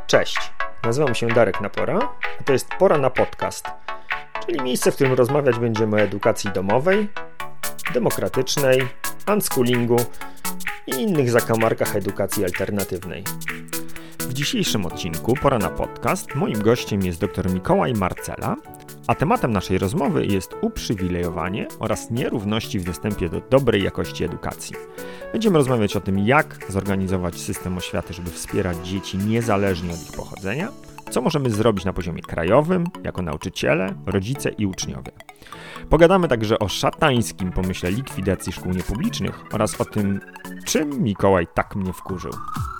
Cześć, nazywam się Darek Napora, a to jest Pora na Podcast, czyli miejsce, w którym rozmawiać będziemy o edukacji domowej, demokratycznej, unschoolingu i innych zakamarkach edukacji alternatywnej. W dzisiejszym odcinku Pora na Podcast moim gościem jest dr Mikołaj Marcela, a tematem naszej rozmowy jest uprzywilejowanie oraz nierówności w dostępie do dobrej jakości edukacji. Będziemy rozmawiać o tym, jak zorganizować system oświaty, żeby wspierać dzieci niezależnie od ich pochodzenia, co możemy zrobić na poziomie krajowym, jako nauczyciele, rodzice i uczniowie. Pogadamy także o szatańskim pomyśle likwidacji szkół niepublicznych oraz o tym, czym Mikołaj tak mnie wkurzył.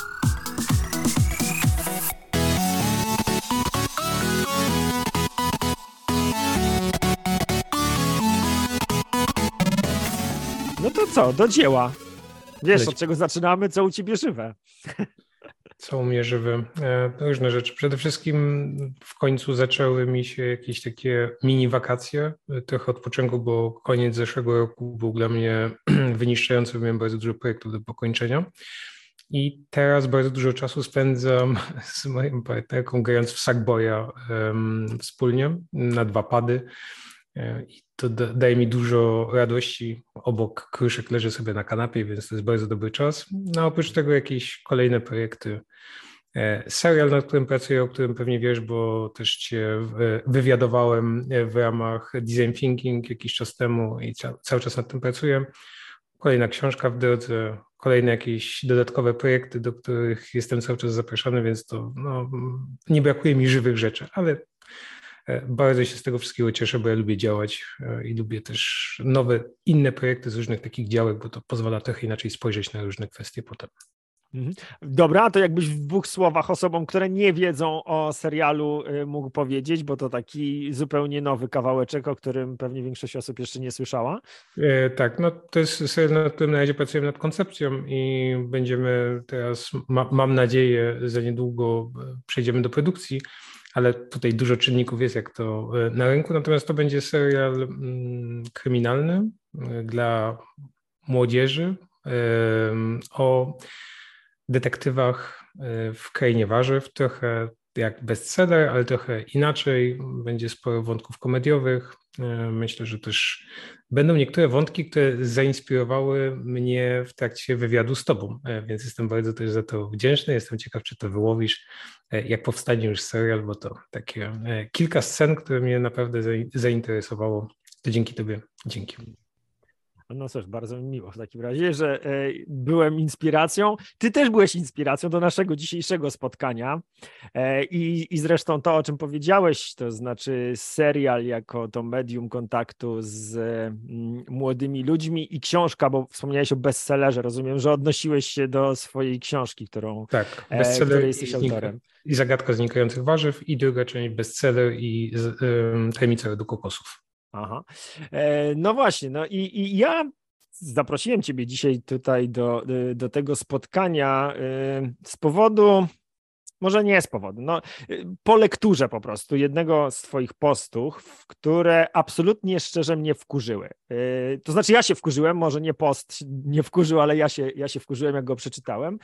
No to co, do dzieła. Wiesz, od czego zaczynamy, co u ciebie żywe. Co u mnie żywe? Różne rzeczy. Przede wszystkim w końcu zaczęły mi się jakieś takie mini wakacje. Trochę odpoczynku, bo koniec zeszłego roku był dla mnie wyniszczający. Miałem bardzo dużo projektów do pokończenia. I teraz bardzo dużo czasu spędzam z moją partnerką grając w Sackboya wspólnie na 2 pady. I to daje mi dużo radości. Obok Kruszek leży sobie na kanapie, więc to jest bardzo dobry czas. No oprócz tego jakieś kolejne projekty. Serial, nad którym pracuję, o którym pewnie wiesz, bo też cię wywiadowałem w ramach Design Thinking jakiś czas temu i cały czas nad tym pracuję. Kolejna książka w drodze, kolejne jakieś dodatkowe projekty, do których jestem cały czas zapraszany, więc to nie brakuje mi żywych rzeczy, ale bardzo się z tego wszystkiego cieszę, bo ja lubię działać i lubię też nowe, inne projekty z różnych takich działek, bo to pozwala trochę inaczej spojrzeć na różne kwestie potem. Dobra, to jakbyś w 2 słowach osobom, które nie wiedzą o serialu, mógł powiedzieć, bo to taki zupełnie nowy kawałeczek, o którym pewnie większość osób jeszcze nie słyszała. Tak, no to jest serial, nad którym na razie pracujemy nad koncepcją i będziemy teraz, mam nadzieję, za niedługo przejdziemy do produkcji, ale tutaj dużo czynników jest jak to na rynku, natomiast to będzie serial kryminalny dla młodzieży o detektywach w krainie warzyw, trochę jak bestseller, ale trochę inaczej, będzie sporo wątków komediowych. Myślę, że też będą niektóre wątki, które zainspirowały mnie w trakcie wywiadu z tobą, więc jestem bardzo też za to wdzięczny. Jestem ciekaw, czy to wyłowisz, jak powstanie już serial, bo to takie kilka scen, które mnie naprawdę zainteresowało. To dzięki tobie. Dzięki. No cóż, bardzo mi miło w takim razie, że byłem inspiracją. Ty też byłeś inspiracją do naszego dzisiejszego spotkania i zresztą to, o czym powiedziałeś, to znaczy serial jako to medium kontaktu z młodymi ludźmi i książka, bo wspomniałeś o bestsellerze. Rozumiem, że odnosiłeś się do swojej książki, tak, której jesteś autorem. I Zagadka znikających warzyw i druga część bestseller i Tajemnica rodu kokosów. Aha. No właśnie, no i ja zaprosiłem ciebie dzisiaj tutaj do tego spotkania z powodu, może nie z powodu, po lekturze po prostu jednego z twoich postów, które absolutnie szczerze mnie wkurzyły. To znaczy ja się wkurzyłem, może nie post nie wkurzył, ale ja się wkurzyłem, jak go przeczytałem,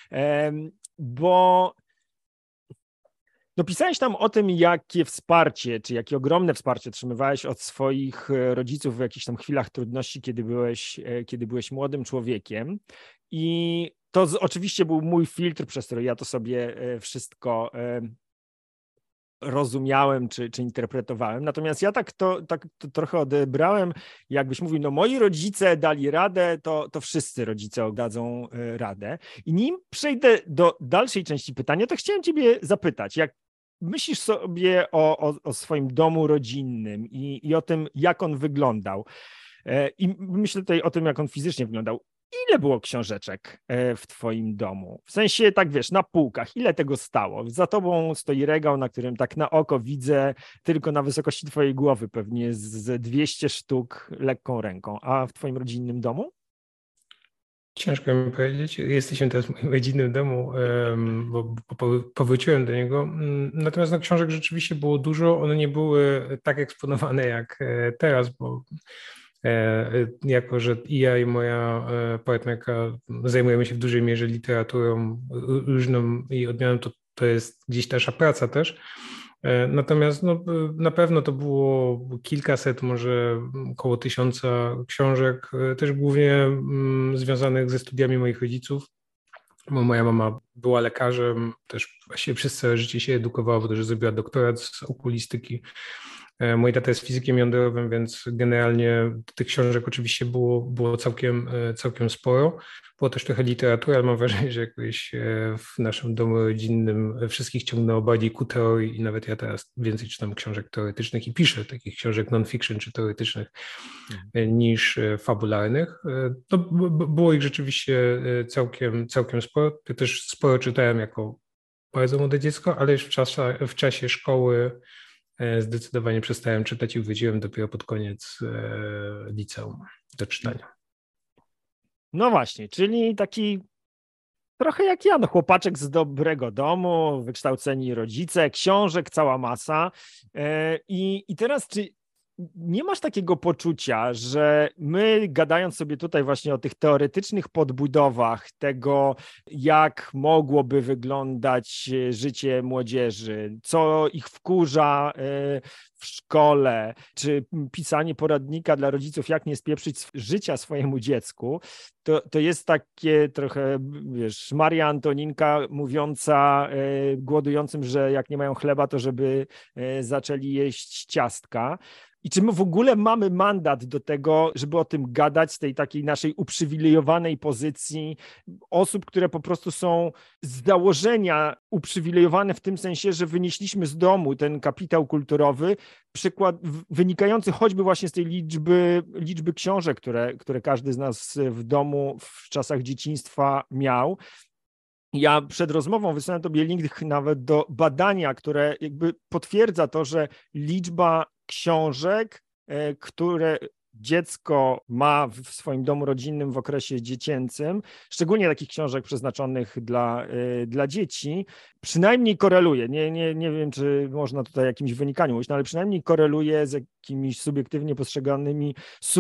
bo pisałeś tam o tym, jakie wsparcie, czy jakie ogromne wsparcie otrzymywałeś od swoich rodziców w jakichś tam chwilach trudności, kiedy byłeś młodym człowiekiem. I to oczywiście był mój filtr, przez który ja to sobie wszystko rozumiałem, czy interpretowałem. Natomiast ja tak to trochę odebrałem, jakbyś mówił, moi rodzice dali radę, to wszyscy rodzice dadzą radę. I nim przejdę do dalszej części pytania, to chciałem ciebie zapytać, jak myślisz sobie o swoim domu rodzinnym i o tym, jak on wyglądał. I myślę tutaj o tym, jak on fizycznie wyglądał. Ile było książeczek w twoim domu? W sensie, tak wiesz, na półkach. Ile tego stało? Za tobą stoi regał, na którym tak na oko widzę tylko na wysokości twojej głowy pewnie z 200 sztuk lekką ręką. A w twoim rodzinnym domu? Ciężko mi powiedzieć. Jesteśmy teraz w moim rodzinnym domu, bo powróciłem do niego. Natomiast książek rzeczywiście było dużo. One nie były tak eksponowane jak teraz, bo jako że i ja, i moja partnerka zajmujemy się w dużej mierze literaturą różną i odmianą, to to jest gdzieś nasza praca też. Natomiast na pewno to było kilkaset, może około 1000 książek, też głównie związanych ze studiami moich rodziców, bo moja mama była lekarzem, też właściwie przez całe życie się edukowała, bo też zrobiła doktorat z okulistyki. Mój tata jest fizykiem jądrowym, więc generalnie tych książek oczywiście było całkiem sporo. Było też trochę literatury, ale mam wrażenie, że jakoś w naszym domu rodzinnym wszystkich ciągnęło bardziej ku teorii i nawet ja teraz więcej czytam książek teoretycznych i piszę takich książek non-fiction czy teoretycznych niż fabularnych. No, było ich rzeczywiście całkiem sporo. Ja też sporo czytałem jako bardzo młode dziecko, ale już w czasie szkoły zdecydowanie przestałem czytać i wróciłem dopiero pod koniec liceum do czytania. No właśnie, czyli taki trochę jak ja, chłopaczek z dobrego domu, wykształceni rodzice, książek cała masa. I teraz czy nie masz takiego poczucia, że my gadając sobie tutaj właśnie o tych teoretycznych podbudowach tego, jak mogłoby wyglądać życie młodzieży, co ich wkurza w szkole, czy pisanie poradnika dla rodziców, jak nie spieprzyć życia swojemu dziecku, to jest takie trochę, wiesz, Maria Antoninka mówiąca głodującym, że jak nie mają chleba, to żeby zaczęli jeść ciastka. I czy my w ogóle mamy mandat do tego, żeby o tym gadać z tej takiej naszej uprzywilejowanej pozycji osób, które po prostu są z założenia uprzywilejowane w tym sensie, że wynieśliśmy z domu ten kapitał kulturowy, przykład wynikający choćby właśnie z tej liczby książek, które każdy z nas w domu w czasach dzieciństwa miał. Ja przed rozmową wysłałem tobie link nawet do badania, które jakby potwierdza to, że liczba książek, które dziecko ma w swoim domu rodzinnym w okresie dziecięcym, szczególnie takich książek przeznaczonych dla dzieci, przynajmniej koreluje, nie wiem, czy można tutaj jakimś wynikami mówić, ale przynajmniej koreluje z jakimiś subiektywnie postrzeganymi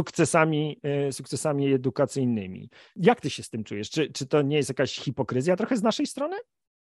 sukcesami edukacyjnymi. Jak ty się z tym czujesz? Czy to nie jest jakaś hipokryzja trochę z naszej strony?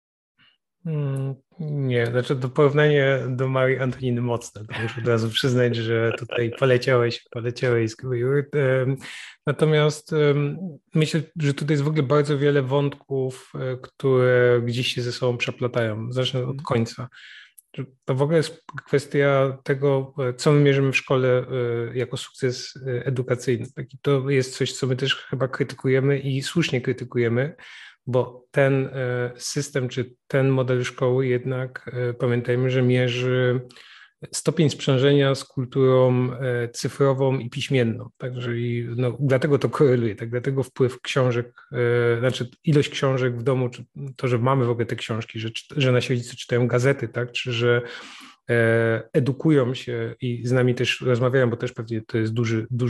Nie, znaczy to porównanie do Marii Antoniny mocne, to muszę od razu przyznać, że tutaj poleciałeś z góry. Natomiast myślę, że tutaj jest w ogóle bardzo wiele wątków, które gdzieś się ze sobą przeplatają. Zacznę od końca. To w ogóle jest kwestia tego, co my mierzymy w szkole jako sukces edukacyjny. To jest coś, co my też chyba krytykujemy i słusznie krytykujemy, bo ten system czy ten model szkoły jednak pamiętajmy, że mierzy stopień sprzężenia z kulturą cyfrową i piśmienną. Także dlatego to koreluje, tak? Dlatego wpływ książek, znaczy ilość książek w domu, czy to, że mamy w ogóle te książki, że nasi rodzice czytają gazety, tak? Czy że edukują się i z nami też rozmawiają, bo też pewnie to jest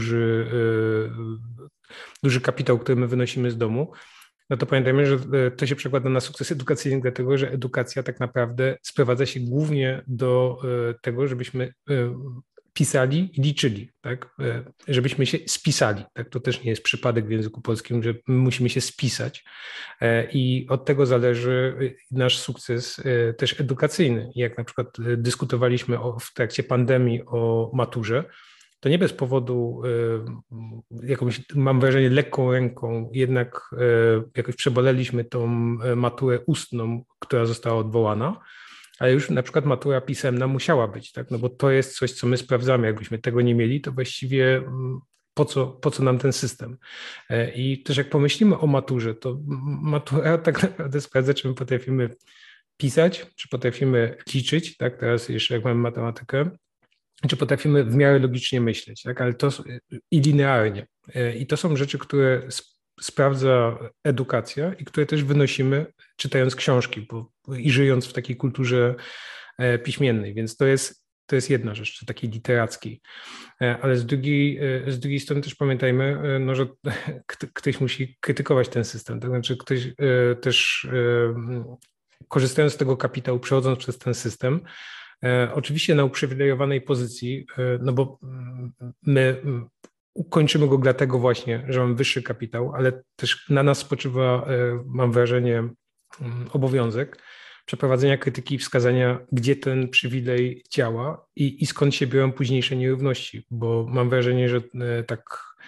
duży kapitał, który my wynosimy z domu. No to pamiętajmy, że to się przekłada na sukces edukacyjny, dlatego że edukacja tak naprawdę sprowadza się głównie do tego, żebyśmy pisali i liczyli, tak? Żebyśmy się spisali. Tak? To też nie jest przypadek w języku polskim, że my musimy się spisać i od tego zależy nasz sukces też edukacyjny. Jak na przykład dyskutowaliśmy w trakcie pandemii o maturze, to nie bez powodu jakąś, mam wrażenie, lekką ręką jednak jakoś przeboleliśmy tą maturę ustną, która została odwołana, ale już na przykład matura pisemna musiała być, tak? No bo to jest coś, co my sprawdzamy. Jakbyśmy tego nie mieli, to właściwie po co nam ten system? I też jak pomyślimy o maturze, to matura tak naprawdę sprawdza, czy my potrafimy pisać, czy potrafimy liczyć, tak? Teraz jeszcze jak mamy matematykę, czy potrafimy w miarę logicznie myśleć, tak? Ale to i linearnie. I to są rzeczy, które sprawdza edukacja i które też wynosimy czytając książki i żyjąc w takiej kulturze piśmiennej. Więc to jest jedna rzecz, takiej literackiej. Ale z drugiej strony też pamiętajmy, no, że ktoś musi krytykować ten system. To znaczy ktoś też korzystając z tego kapitału, przechodząc przez ten system, oczywiście na uprzywilejowanej pozycji, no bo my kończymy go dlatego właśnie, że mamy wyższy kapitał, ale też na nas spoczywa, mam wrażenie, obowiązek przeprowadzenia krytyki i wskazania, gdzie ten przywilej działa i skąd się biorą późniejsze nierówności, bo mam wrażenie, że tak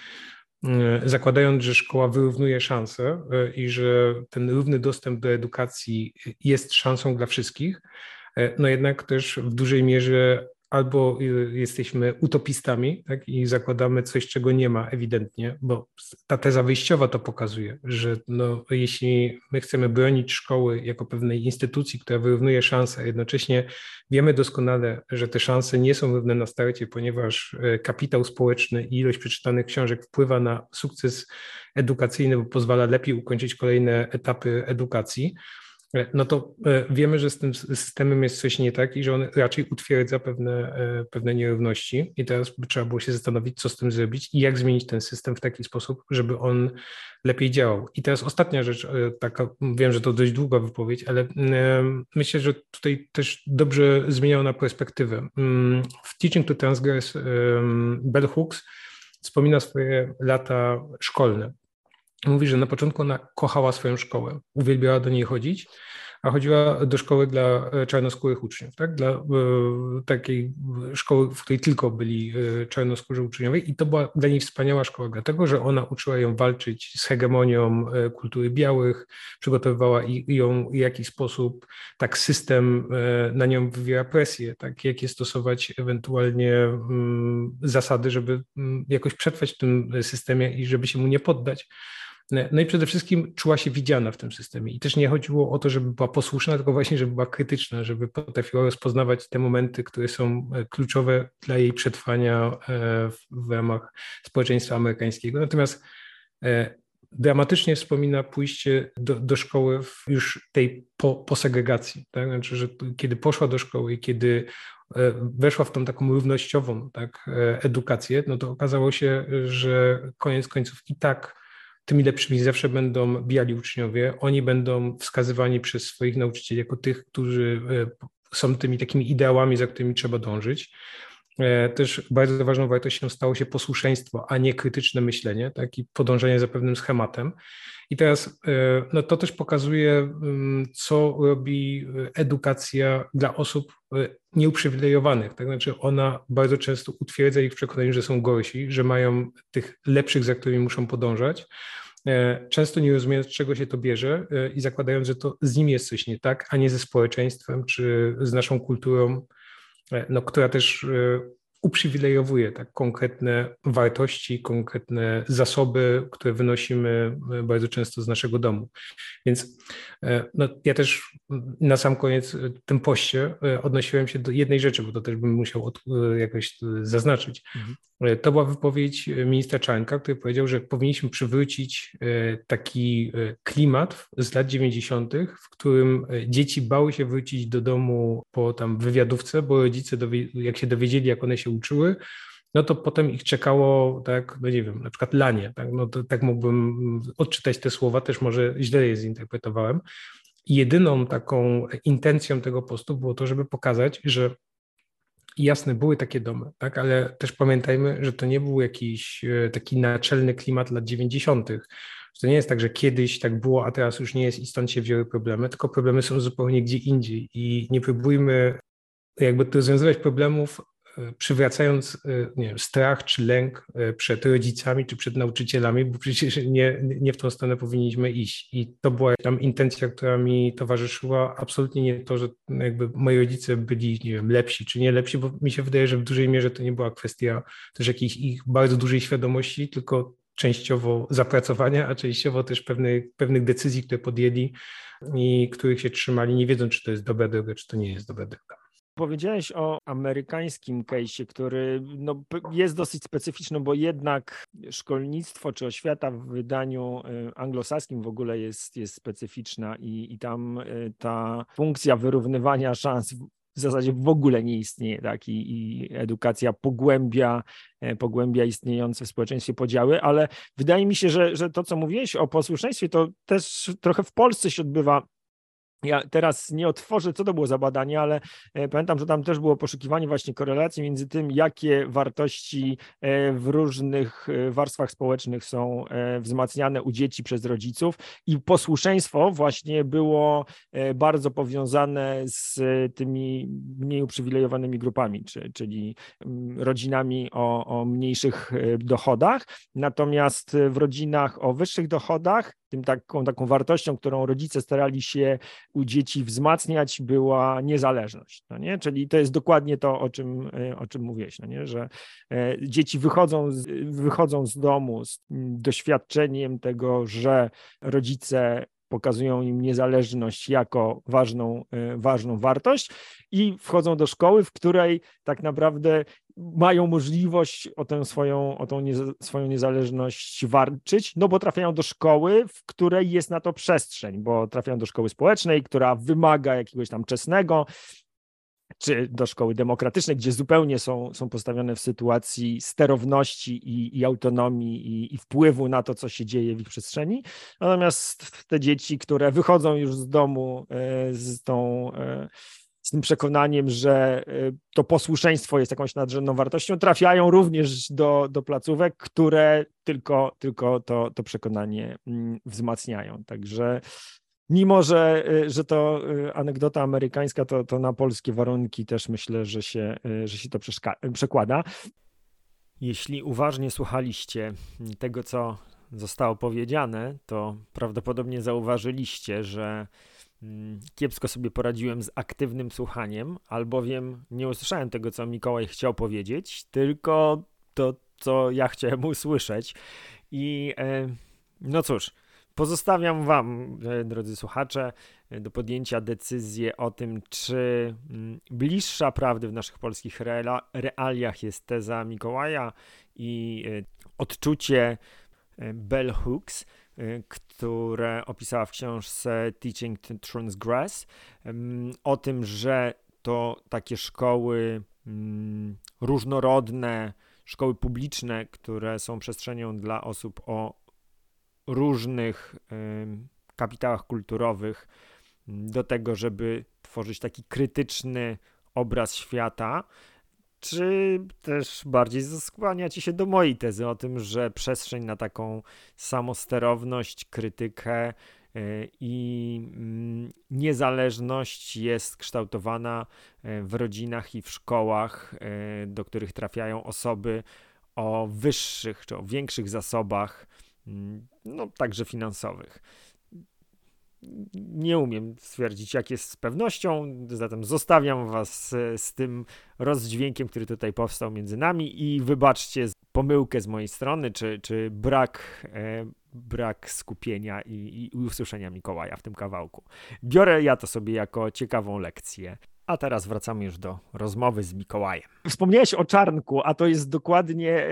zakładając, że szkoła wyrównuje szanse i że ten równy dostęp do edukacji jest szansą dla wszystkich, no jednak też w dużej mierze albo jesteśmy utopistami, tak, i zakładamy coś, czego nie ma ewidentnie, bo ta teza wyjściowa to pokazuje, że no, jeśli my chcemy bronić szkoły jako pewnej instytucji, która wyrównuje szanse, a jednocześnie wiemy doskonale, że te szanse nie są równe na starcie, ponieważ kapitał społeczny i ilość przeczytanych książek wpływa na sukces edukacyjny, bo pozwala lepiej ukończyć kolejne etapy edukacji, no to wiemy, że z tym systemem jest coś nie tak i że on raczej utwierdza pewne nierówności i teraz by trzeba było się zastanowić, co z tym zrobić i jak zmienić ten system w taki sposób, żeby on lepiej działał. I teraz ostatnia rzecz, taka, wiem, że to dość długa wypowiedź, ale myślę, że tutaj też dobrze zmieniało na perspektywę. W Teaching to Transgress Bell Hooks wspomina swoje lata szkolne. Mówi, że na początku ona kochała swoją szkołę, uwielbiała do niej chodzić, a chodziła do szkoły dla czarnoskórych uczniów, tak? Dla takiej szkoły, w której tylko byli czarnoskórzy uczniowie i to była dla niej wspaniała szkoła, dlatego że ona uczyła ją walczyć z hegemonią kultury białych, przygotowywała ją w jakiś sposób, tak system na nią wywiera presję, tak? Jakie stosować ewentualnie zasady, żeby jakoś przetrwać w tym systemie i żeby się mu nie poddać. No i przede wszystkim czuła się widziana w tym systemie i też nie chodziło o to, żeby była posłuszna, tylko właśnie, żeby była krytyczna, żeby potrafiła rozpoznawać te momenty, które są kluczowe dla jej przetrwania w ramach społeczeństwa amerykańskiego. Natomiast dramatycznie wspomina pójście do szkoły już tej po segregacji, tak? Znaczy, że kiedy poszła do szkoły i kiedy weszła w tą taką równościową, tak, edukację, no to okazało się, że koniec końców i tak tymi lepszymi zawsze będą biali uczniowie. Oni będą wskazywani przez swoich nauczycieli jako tych, którzy są tymi takimi ideałami, za którymi trzeba dążyć. Też bardzo ważną wartością stało się posłuszeństwo, a nie krytyczne myślenie, tak, i podążanie za pewnym schematem. I teraz no to też pokazuje, co robi edukacja dla osób nieuprzywilejowanych. Tak? Znaczy ona bardzo często utwierdza ich w przekonaniu, że są gorsi, że mają tych lepszych, za którymi muszą podążać. Często nie rozumiejąc, z czego się to bierze i zakładając, że to z nimi jest coś nie tak, a nie ze społeczeństwem czy z naszą kulturą, no, która też uprzywilejowuje tak konkretne wartości, konkretne zasoby, które wynosimy bardzo często z naszego domu. Więc no, ja też na sam koniec w tym poście odnosiłem się do jednej rzeczy, bo to też bym musiał jakoś zaznaczyć. To była wypowiedź ministra Czarnka, który powiedział, że powinniśmy przywrócić taki klimat z lat 90., w którym dzieci bały się wrócić do domu po tam wywiadówce, bo rodzice, jak się dowiedzieli, jak one się uczyły, no to potem ich czekało, tak, no nie wiem, na przykład lanie, tak, no to tak mógłbym odczytać te słowa, też może źle je zinterpretowałem. I jedyną taką intencją tego postu było to, żeby pokazać, że jasne, były takie domy, tak, ale też pamiętajmy, że to nie był jakiś taki naczelny klimat lat 90. To nie jest tak, że kiedyś tak było, a teraz już nie jest i stąd się wzięły problemy, tylko problemy są zupełnie gdzie indziej i nie próbujmy jakby rozwiązywać problemów przywracając, nie wiem, strach czy lęk przed rodzicami czy przed nauczycielami, bo przecież nie w tą stronę powinniśmy iść. I to była tam intencja, która mi towarzyszyła. Absolutnie nie to, że jakby moi rodzice byli, nie wiem, lepsi czy nie lepsi, bo mi się wydaje, że w dużej mierze to nie była kwestia też jakiejś ich bardzo dużej świadomości, tylko częściowo zapracowania, a częściowo też pewnych decyzji, które podjęli i których się trzymali, nie wiedząc, czy to jest dobra droga, czy to nie jest dobra droga. Powiedziałeś o amerykańskim case'ie, który no, jest dosyć specyficzny, bo jednak szkolnictwo czy oświata w wydaniu anglosaskim w ogóle jest specyficzna i tam ta funkcja wyrównywania szans w zasadzie w ogóle nie istnieje, tak? I edukacja pogłębia istniejące w społeczeństwie podziały, ale wydaje mi się, że to, co mówiłeś o posłuszeństwie, to też trochę w Polsce się odbywa Ja teraz nie otworzę, co to było za badanie, ale pamiętam, że tam też było poszukiwanie właśnie korelacji między tym, jakie wartości w różnych warstwach społecznych są wzmacniane u dzieci przez rodziców i posłuszeństwo właśnie było bardzo powiązane z tymi mniej uprzywilejowanymi grupami, czyli rodzinami o mniejszych dochodach, natomiast w rodzinach o wyższych dochodach tym taką wartością, którą rodzice starali się u dzieci wzmacniać, była niezależność, no nie? Czyli to jest dokładnie to, o czym mówiłeś, no nie? Że dzieci wychodzą z domu z doświadczeniem tego, że rodzice pokazują im niezależność jako ważną wartość i wchodzą do szkoły, w której tak naprawdę mają możliwość o tą swoją niezależność walczyć, no bo trafiają do szkoły, w której jest na to przestrzeń, bo trafiają do szkoły społecznej, która wymaga jakiegoś tam czesnego, czy do szkoły demokratycznej, gdzie zupełnie są postawione w sytuacji sterowności i autonomii i wpływu na to, co się dzieje w ich przestrzeni. Natomiast te dzieci, które wychodzą już z domu z tym przekonaniem, że to posłuszeństwo jest jakąś nadrzędną wartością, trafiają również do placówek, które tylko to przekonanie wzmacniają. Także mimo, że to anegdota amerykańska, to na polskie warunki też myślę, że się to przekłada. Jeśli uważnie słuchaliście tego, co zostało powiedziane, to prawdopodobnie zauważyliście, że kiepsko sobie poradziłem z aktywnym słuchaniem, albowiem nie usłyszałem tego, co Mikołaj chciał powiedzieć, tylko to, co ja chciałem usłyszeć. I no cóż, pozostawiam wam, drodzy słuchacze, do podjęcia decyzji o tym, czy bliższa prawdy w naszych polskich realiach jest teza Mikołaja i odczucie Bell Hooks, które opisała w książce Teaching to Transgress, o tym, że to takie szkoły różnorodne, szkoły publiczne, które są przestrzenią dla osób o różnych kapitałach kulturowych do tego, żeby tworzyć taki krytyczny obraz świata, czy też bardziej skłaniacie się do mojej tezy o tym, że przestrzeń na taką samosterowność, krytykę i niezależność jest kształtowana w rodzinach i w szkołach, do których trafiają osoby o wyższych czy o większych zasobach, no także finansowych. Nie umiem stwierdzić, jak jest z pewnością, zatem zostawiam was z tym rozdźwiękiem, który tutaj powstał między nami i wybaczcie pomyłkę z mojej strony, czy brak skupienia i usłyszenia Mikołaja w tym kawałku. Biorę ja to sobie jako ciekawą lekcję. A teraz wracamy już do rozmowy z Mikołajem. Wspomniałeś o Czarnku, a to jest dokładnie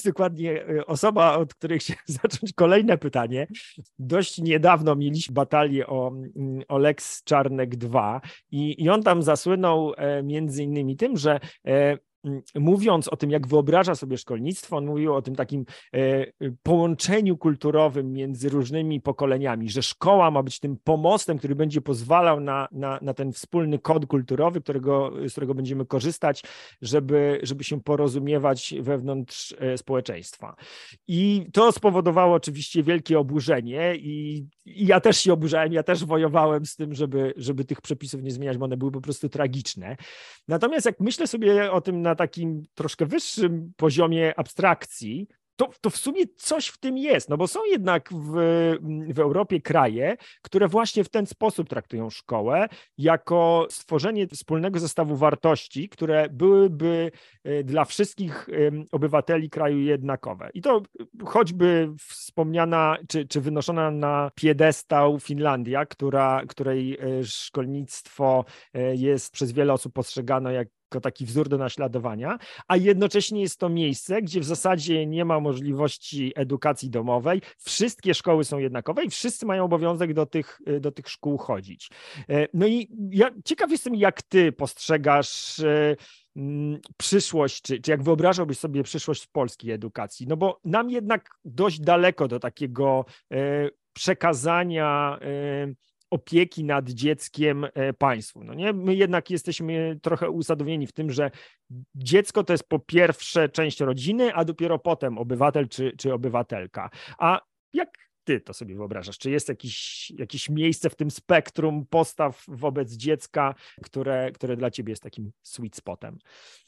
osoba, od której chciałem zacząć kolejne pytanie. Dość niedawno mieliśmy batalię o Lex Czarnek 2 i on tam zasłynął między innymi tym, że mówiąc o tym, jak wyobraża sobie szkolnictwo, on mówił o tym takim połączeniu kulturowym między różnymi pokoleniami, że szkoła ma być tym pomostem, który będzie pozwalał na ten wspólny kod kulturowy, z którego będziemy korzystać, żeby się porozumiewać wewnątrz społeczeństwa. I to spowodowało oczywiście wielkie oburzenie i ja też się oburzałem, ja też wojowałem z tym, żeby tych przepisów nie zmieniać, bo one były po prostu tragiczne. Natomiast jak myślę sobie o tym na takim troszkę wyższym poziomie abstrakcji, to w sumie coś w tym jest, no bo są jednak w Europie kraje, które właśnie w ten sposób traktują szkołę jako stworzenie wspólnego zestawu wartości, które byłyby dla wszystkich obywateli kraju jednakowe. I to choćby wspomniana, czy wynoszona na piedestał Finlandia, której szkolnictwo jest przez wiele osób postrzegane jako taki wzór do naśladowania, a jednocześnie jest to miejsce, gdzie w zasadzie nie ma możliwości edukacji domowej, wszystkie szkoły są jednakowe i wszyscy mają obowiązek do tych szkół chodzić. No i ja ciekaw jestem, jak ty postrzegasz przyszłość, czy jak wyobrażałbyś sobie przyszłość polskiej edukacji, no bo nam jednak dość daleko do takiego przekazania opieki nad dzieckiem państwu. No nie? My jednak jesteśmy trochę usadowieni w tym, że dziecko to jest po pierwsze część rodziny, a dopiero potem obywatel czy obywatelka. A jak ty to sobie wyobrażasz? Czy jest jakieś miejsce w tym spektrum postaw wobec dziecka, które dla ciebie jest takim sweet spotem?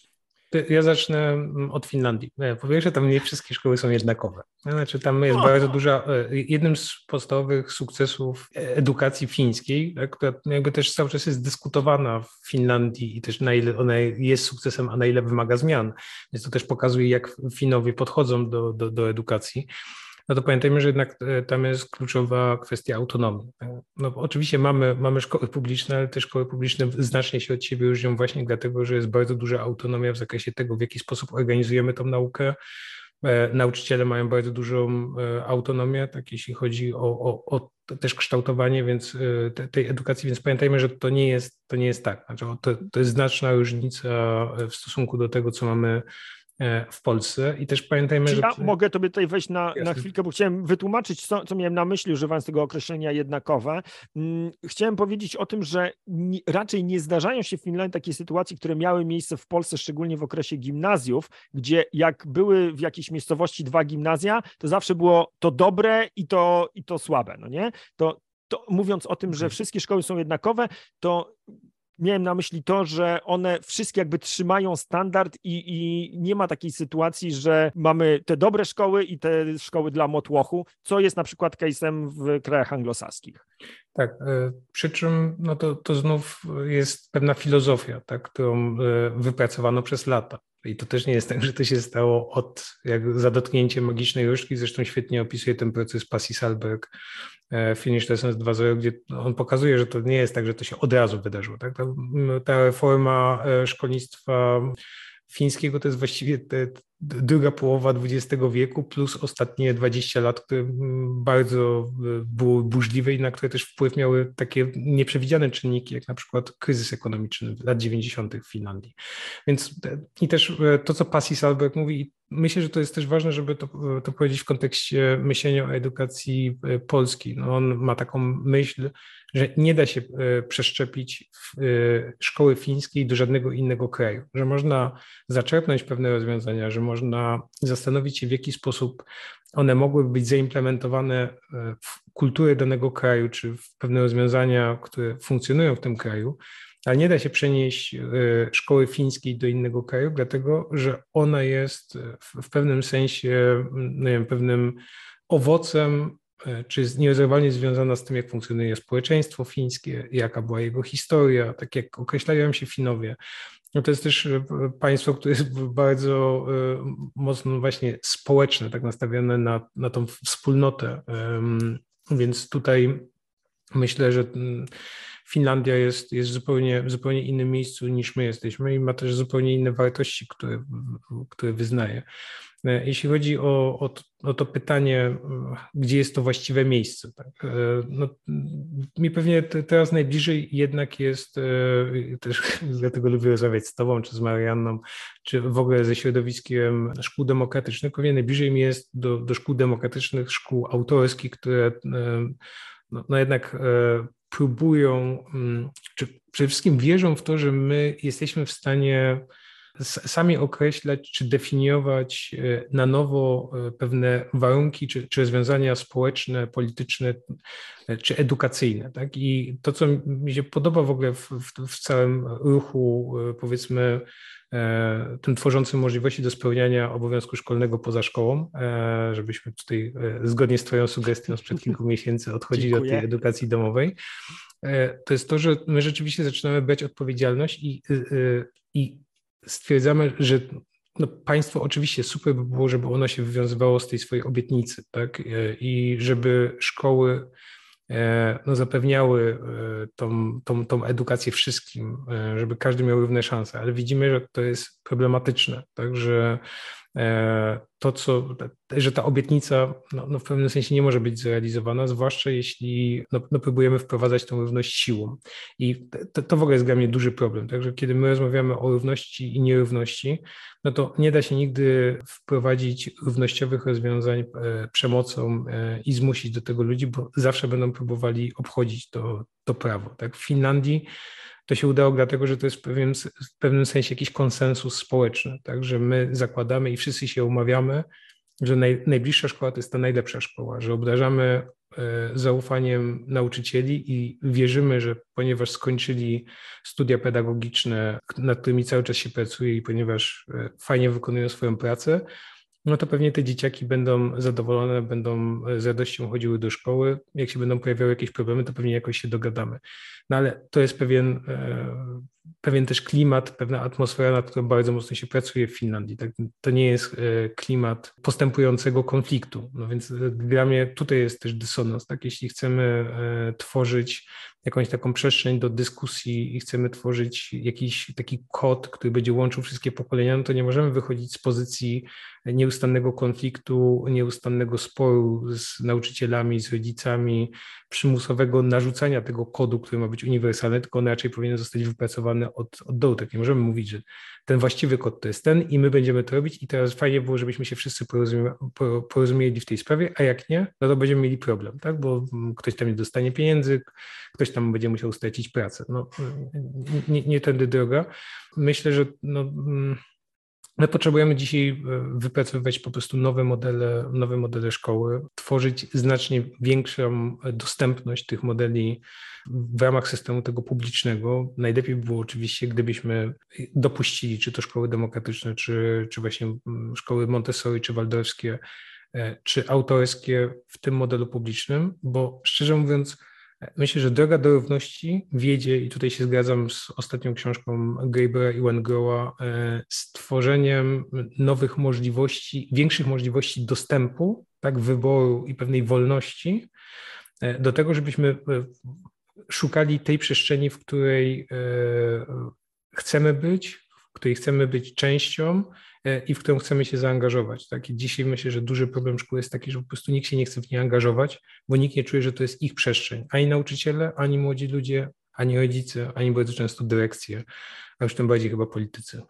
Ja zacznę od Finlandii. Po pierwsze, tam nie wszystkie szkoły są jednakowe. Znaczy, tam jest bardzo duża, jednym z podstawowych sukcesów edukacji fińskiej, tak, która jakby też cały czas jest dyskutowana w Finlandii i też na ile ona jest sukcesem, a na ile wymaga zmian. Więc to też pokazuje, jak Finowie podchodzą do edukacji. No to pamiętajmy, że jednak tam jest kluczowa kwestia autonomii. No, oczywiście mamy szkoły publiczne, ale te szkoły publiczne znacznie się od siebie różnią właśnie dlatego, że jest bardzo duża autonomia w zakresie tego, w jaki sposób organizujemy tą naukę. Nauczyciele mają bardzo dużą autonomię, tak jeśli chodzi o też kształtowanie tej edukacji, więc pamiętajmy, że to nie jest tak. Znaczy, to jest znaczna różnica w stosunku do tego, co mamy w Polsce i też pamiętajmy, Czy że... ja mogę tobie tutaj wejść na chwilkę, bo chciałem wytłumaczyć, co miałem na myśli, używając tego określenia jednakowe. Chciałem powiedzieć o tym, że raczej nie zdarzają się w Finlandii takie sytuacje, które miały miejsce w Polsce, szczególnie w okresie gimnazjów, gdzie jak były w jakiejś miejscowości 2 gimnazja, to zawsze było to dobre i to słabe, no nie? To mówiąc o tym, że wszystkie szkoły są jednakowe, to miałem na myśli to, że one wszystkie jakby trzymają standard i nie ma takiej sytuacji, że mamy te dobre szkoły i te szkoły dla motłochu, co jest na przykład case'em w krajach anglosaskich. Tak, przy czym no to znów jest pewna filozofia, tak, którą wypracowano przez lata. I to też nie jest tak, że to się stało jak za dotknięciem magicznej różdżki. Zresztą świetnie opisuje ten proces Pasi Sahlberg w Finnish Lessons 2.0, gdzie on pokazuje, że to nie jest tak, że to się od razu wydarzyło. Tak? Ta reforma szkolnictwa fińskiego to jest właściwie druga połowa XX wieku plus ostatnie 20 lat, które bardzo były burzliwe i na które też wpływ miały takie nieprzewidziane czynniki, jak na przykład kryzys ekonomiczny lat 90. w Finlandii. Więc i też to, co Pasi Sahlberg mówi, i myślę, że to jest też ważne, żeby to powiedzieć w kontekście myślenia o edukacji polskiej. No on ma taką myśl, że nie da się przeszczepić szkoły fińskiej do żadnego innego kraju, że można zaczerpnąć pewne rozwiązania, że można zastanowić się, w jaki sposób one mogłyby być zaimplementowane w kulturę danego kraju, czy w pewne rozwiązania, które funkcjonują w tym kraju, ale nie da się przenieść szkoły fińskiej do innego kraju, dlatego że ona jest w pewnym sensie, nie wiem, pewnym owocem, czy jest nierozerwalnie związana z tym, jak funkcjonuje społeczeństwo fińskie, jaka była jego historia, tak jak określają się Finowie. No to jest też państwo, które jest bardzo mocno właśnie społeczne, tak nastawione na tą wspólnotę. Więc tutaj myślę, że Finlandia jest w zupełnie innym miejscu niż my jesteśmy i ma też zupełnie inne wartości, które wyznaje. Jeśli chodzi o to pytanie, gdzie jest to właściwe miejsce, tak? No, mi pewnie teraz najbliżej jednak jest, też dlatego lubię rozmawiać z tobą, czy z Marianną, czy w ogóle ze środowiskiem szkół demokratycznych, pewnie najbliżej mi jest do szkół demokratycznych, szkół autorskich, które no jednak próbują, czy przede wszystkim wierzą w to, że my jesteśmy w stanie sami określać czy definiować na nowo pewne warunki czy rozwiązania społeczne, polityczne czy edukacyjne. Tak? I to, co mi się podoba w ogóle w całym ruchu, powiedzmy, tym tworzącym możliwości do spełniania obowiązku szkolnego poza szkołą, żebyśmy tutaj zgodnie z twoją sugestią sprzed kilku miesięcy odchodzili od tej edukacji domowej, to jest to, że my rzeczywiście zaczynamy brać odpowiedzialność i stwierdzamy, że no państwo oczywiście super by było, żeby ono się wywiązywało z tej swojej obietnicy, tak? I żeby szkoły no, zapewniały tą edukację wszystkim, żeby każdy miał równe szanse, ale widzimy, że to jest problematyczne, tak? Że że ta obietnica w pewnym sensie nie może być zrealizowana, zwłaszcza jeśli próbujemy wprowadzać tą równość siłą. I to w ogóle jest dla mnie duży problem. Także kiedy my rozmawiamy o równości i nierówności, no to nie da się nigdy wprowadzić równościowych rozwiązań przemocą i zmusić do tego ludzi, bo zawsze będą próbowali obchodzić to prawo. Tak? W Finlandii to się udało dlatego, że to jest w pewnym sensie jakiś konsensus społeczny, tak? Że my zakładamy i wszyscy się umawiamy, że najbliższa szkoła to jest ta najlepsza szkoła, że obdarzamy zaufaniem nauczycieli i wierzymy, że ponieważ skończyli studia pedagogiczne, nad którymi cały czas się pracuje i ponieważ fajnie wykonują swoją pracę, no to pewnie te dzieciaki będą zadowolone, będą z radością chodziły do szkoły. Jak się będą pojawiały jakieś problemy, to pewnie jakoś się dogadamy. No ale to jest pewien też klimat, pewna atmosfera, nad którą bardzo mocno się pracuje w Finlandii. Tak? To nie jest klimat postępującego konfliktu. No więc dla mnie tutaj jest też dysonans. Tak? Jeśli chcemy tworzyć jakąś taką przestrzeń do dyskusji i chcemy tworzyć jakiś taki kod, który będzie łączył wszystkie pokolenia, no to nie możemy wychodzić z pozycji nieustannego konfliktu, nieustannego sporu z nauczycielami, z rodzicami, przymusowego narzucania tego kodu, który ma być uniwersalny, tylko on raczej powinien zostać wypracowany od dołu. Tak nie możemy mówić, że ten właściwy kod to jest ten i my będziemy to robić i teraz fajnie było, żebyśmy się wszyscy porozumieli w tej sprawie, a jak nie, no to będziemy mieli problem, tak? Bo ktoś tam nie dostanie pieniędzy, ktoś tam będzie musiał stracić pracę. No, nie tędy droga. Myślę, że my potrzebujemy dzisiaj wypracowywać po prostu nowe modele szkoły, tworzyć znacznie większą dostępność tych modeli w ramach systemu tego publicznego. Najlepiej by było oczywiście, gdybyśmy dopuścili, czy to szkoły demokratyczne, czy właśnie szkoły Montessori, czy waldorfskie, czy autorskie w tym modelu publicznym, bo szczerze mówiąc, myślę, że droga do równości wiedzie, i tutaj się zgadzam z ostatnią książką Grabera i Wengrowa, z tworzeniem nowych możliwości, większych możliwości dostępu, tak, wyboru i pewnej wolności do tego, żebyśmy szukali tej przestrzeni, w której chcemy być, w której chcemy być częścią i w którą chcemy się zaangażować. Tak? I dzisiaj myślę, że duży problem szkół jest taki, że po prostu nikt się nie chce w niej angażować, bo nikt nie czuje, że to jest ich przestrzeń. Ani nauczyciele, ani młodzi ludzie, ani rodzice, ani bardzo często dyrekcje, a już tym bardziej chyba politycy.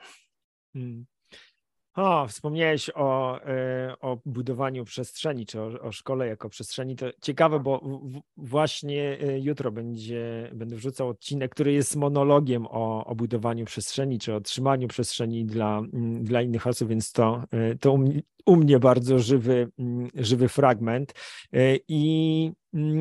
Wspomniałeś o budowaniu przestrzeni, czy o szkole jako przestrzeni. To ciekawe, bo właśnie jutro będę wrzucał odcinek, który jest monologiem o budowaniu przestrzeni, czy o trzymaniu przestrzeni dla innych osób, więc to u mnie bardzo żywy fragment. I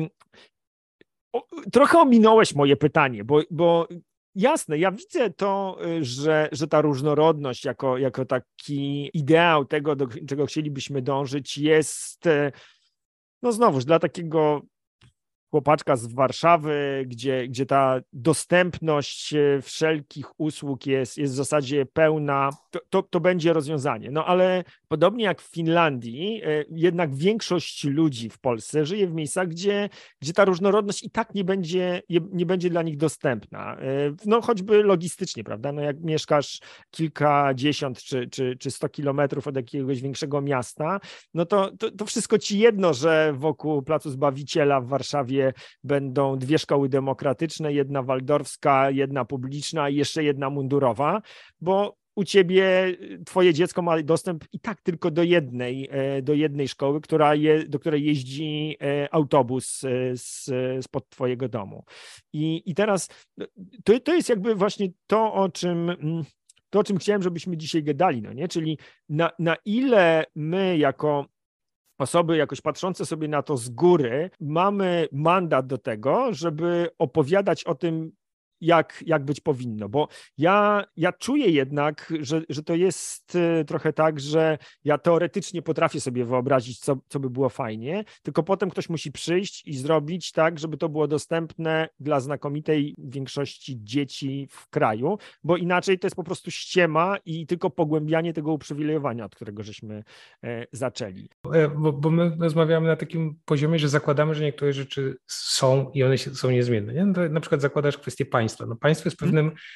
trochę ominąłeś moje pytanie, bo jasne, ja widzę to, że ta różnorodność jako taki ideał tego, do czego chcielibyśmy dążyć, jest znowuż dla takiego chłopaczka z Warszawy, gdzie ta dostępność wszelkich usług jest w zasadzie pełna, to będzie rozwiązanie. No ale podobnie jak w Finlandii, jednak większość ludzi w Polsce żyje w miejscach, gdzie ta różnorodność i tak nie będzie dla nich dostępna. No choćby logistycznie, prawda? No jak mieszkasz kilkadziesiąt czy 100 kilometrów od jakiegoś większego miasta, no to wszystko ci jedno, że wokół Placu Zbawiciela w Warszawie będą dwie szkoły demokratyczne, jedna waldorfska, jedna publiczna i jeszcze jedna mundurowa, bo u ciebie twoje dziecko ma dostęp i tak tylko do jednej szkoły, do której jeździ autobus spod twojego domu. I teraz to jest jakby właśnie to, o czym chciałem, żebyśmy dzisiaj gadali, no nie? Czyli na ile my jako osoby jakoś patrzące sobie na to z góry, mamy mandat do tego, żeby opowiadać o tym, jak być powinno, bo ja czuję jednak, że to jest trochę tak, że ja teoretycznie potrafię sobie wyobrazić, co by było fajnie, tylko potem ktoś musi przyjść i zrobić tak, żeby to było dostępne dla znakomitej większości dzieci w kraju, bo inaczej to jest po prostu ściema i tylko pogłębianie tego uprzywilejowania, od którego żeśmy zaczęli. Bo my rozmawiamy na takim poziomie, że zakładamy, że niektóre rzeczy są i one są niezmienne. Nie? No to na przykład zakładasz kwestię państwa. No państwo jest pewnym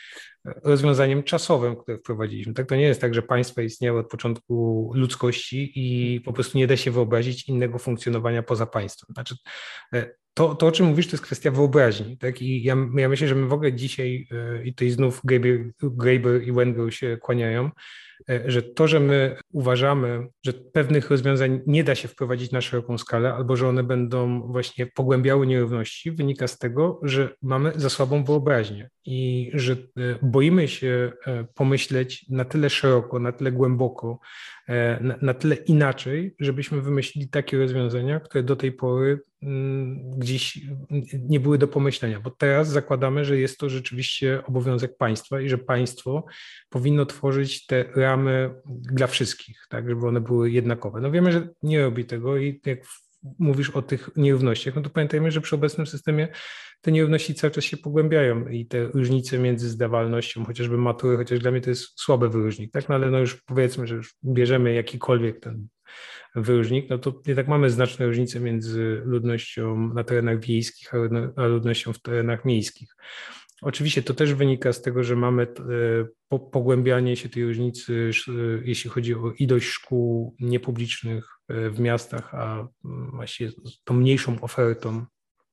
rozwiązaniem czasowym, które wprowadziliśmy. Tak, to nie jest tak, że państwa istniały od początku ludzkości i po prostu nie da się wyobrazić innego funkcjonowania poza państwem. Znaczy, to, o czym mówisz, to jest kwestia wyobraźni. Tak? I ja myślę, że my w ogóle dzisiaj, i tutaj znów Graeber i Wengel się kłaniają, że to, że my uważamy, że pewnych rozwiązań nie da się wprowadzić na szeroką skalę, albo że one będą właśnie pogłębiały nierówności, wynika z tego, że mamy za słabą wyobraźnię i że boimy się pomyśleć na tyle szeroko, na tyle głęboko, na tyle inaczej, żebyśmy wymyślili takie rozwiązania, które do tej pory gdzieś nie były do pomyślenia, bo teraz zakładamy, że jest to rzeczywiście obowiązek państwa i że państwo powinno tworzyć te ramy dla wszystkich, tak, żeby one były jednakowe. No wiemy, że nie robi tego i jak mówisz o tych nierównościach, no to pamiętajmy, że przy obecnym systemie te nierówności cały czas się pogłębiają i te różnice między zdawalnością, chociażby matury, chociaż dla mnie to jest słaby wyróżnik, tak, no ale no już powiedzmy, że już bierzemy jakikolwiek ten wyróżnik, no to jednak mamy znaczne różnice między ludnością na terenach wiejskich, a ludnością w terenach miejskich. Oczywiście to też wynika z tego, że mamy pogłębianie się tej różnicy, jeśli chodzi o ilość szkół niepublicznych w miastach, a właściwie tą mniejszą ofertą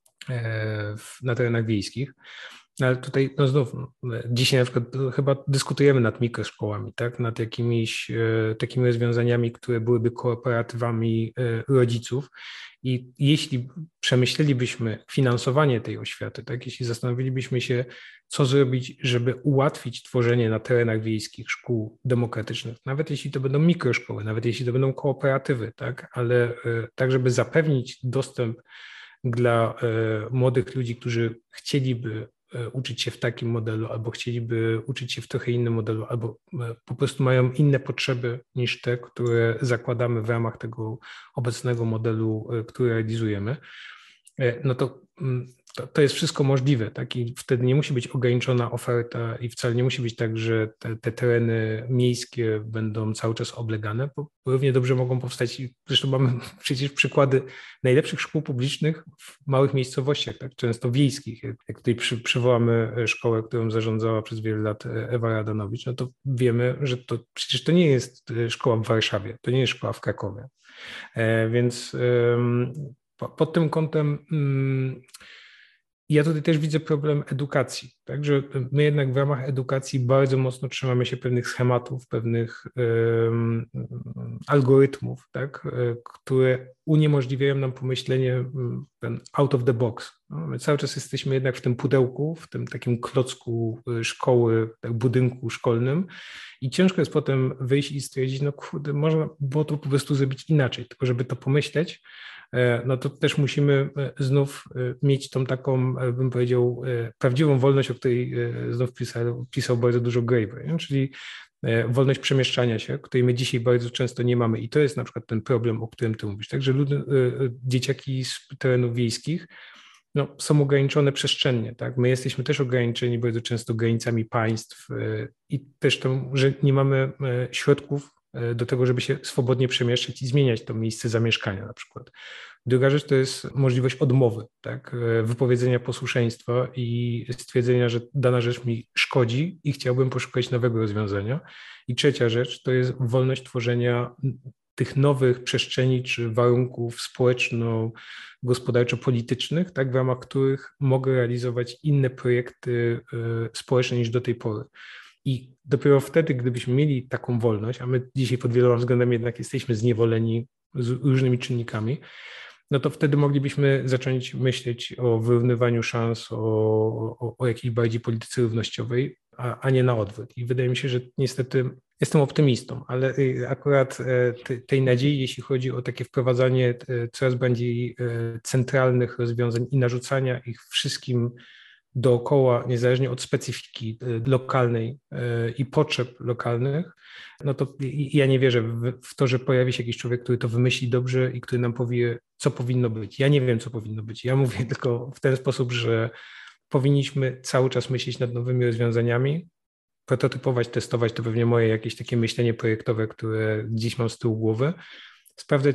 na terenach wiejskich. Ale tutaj no znów, dzisiaj na przykład chyba dyskutujemy nad mikroszkołami, tak? Nad jakimiś takimi rozwiązaniami, które byłyby kooperatywami rodziców. I jeśli przemyślelibyśmy finansowanie tej oświaty, tak? Jeśli zastanowilibyśmy się, co zrobić, żeby ułatwić tworzenie na terenach wiejskich szkół demokratycznych, nawet jeśli to będą mikroszkoły, nawet jeśli to będą kooperatywy, tak? Ale tak, żeby zapewnić dostęp dla młodych ludzi, którzy chcieliby uczyć się w takim modelu, albo chcieliby uczyć się w trochę innym modelu, albo po prostu mają inne potrzeby niż te, które zakładamy w ramach tego obecnego modelu, który realizujemy, no to jest wszystko możliwe, tak? I wtedy nie musi być ograniczona oferta i wcale nie musi być tak, że te tereny miejskie będą cały czas oblegane, bo równie dobrze mogą powstać, i zresztą mamy przecież przykłady najlepszych szkół publicznych w małych miejscowościach, tak? Często wiejskich. Jak tutaj przywołamy szkołę, którą zarządzała przez wiele lat Ewa Radanowicz, no to wiemy, że to przecież to nie jest szkoła w Warszawie, to nie jest szkoła w Krakowie. Więc pod tym kątem ja tutaj też widzę problem edukacji, także my jednak w ramach edukacji bardzo mocno trzymamy się pewnych schematów, pewnych algorytmów, tak, które uniemożliwiają nam pomyślenie ten out of the box. No, my cały czas jesteśmy jednak w tym pudełku, w tym takim klocku szkoły, tak, budynku szkolnym i ciężko jest potem wyjść i stwierdzić, no kurde, można było to po prostu zrobić inaczej, tylko żeby to pomyśleć, no to też musimy znów mieć tą taką, bym powiedział, prawdziwą wolność, o której znów pisał bardzo dużo Graeber, czyli wolność przemieszczania się, której my dzisiaj bardzo często nie mamy i to jest na przykład ten problem, o którym ty mówisz. Także dzieciaki z terenów wiejskich no, są ograniczone przestrzennie, tak? My jesteśmy też ograniczeni bardzo często granicami państw i też to, że nie mamy środków do tego, żeby się swobodnie przemieszczać i zmieniać to miejsce zamieszkania na przykład. Druga rzecz to jest możliwość odmowy, tak? Wypowiedzenia posłuszeństwa i stwierdzenia, że dana rzecz mi szkodzi i chciałbym poszukać nowego rozwiązania. I trzecia rzecz to jest wolność tworzenia tych nowych przestrzeni czy warunków społeczno-gospodarczo-politycznych, tak, w ramach których mogę realizować inne projekty społeczne niż do tej pory. I dopiero wtedy, gdybyśmy mieli taką wolność, a my dzisiaj pod wieloma względami jednak jesteśmy zniewoleni z różnymi czynnikami, no to wtedy moglibyśmy zacząć myśleć o wyrównywaniu szans, o jakiejś bardziej polityce równościowej, a nie na odwrót. I wydaje mi się, że niestety jestem optymistą, ale akurat tej nadziei, jeśli chodzi o takie wprowadzanie coraz bardziej centralnych rozwiązań i narzucania ich wszystkim dookoła, niezależnie od specyfiki lokalnej i potrzeb lokalnych, no to ja nie wierzę w to, że pojawi się jakiś człowiek, który to wymyśli dobrze i który nam powie, co powinno być. Ja nie wiem, co powinno być. Ja mówię tylko w ten sposób, że powinniśmy cały czas myśleć nad nowymi rozwiązaniami, prototypować, testować, to pewnie moje jakieś takie myślenie projektowe, które gdzieś mam z tyłu głowy, sprawdzać,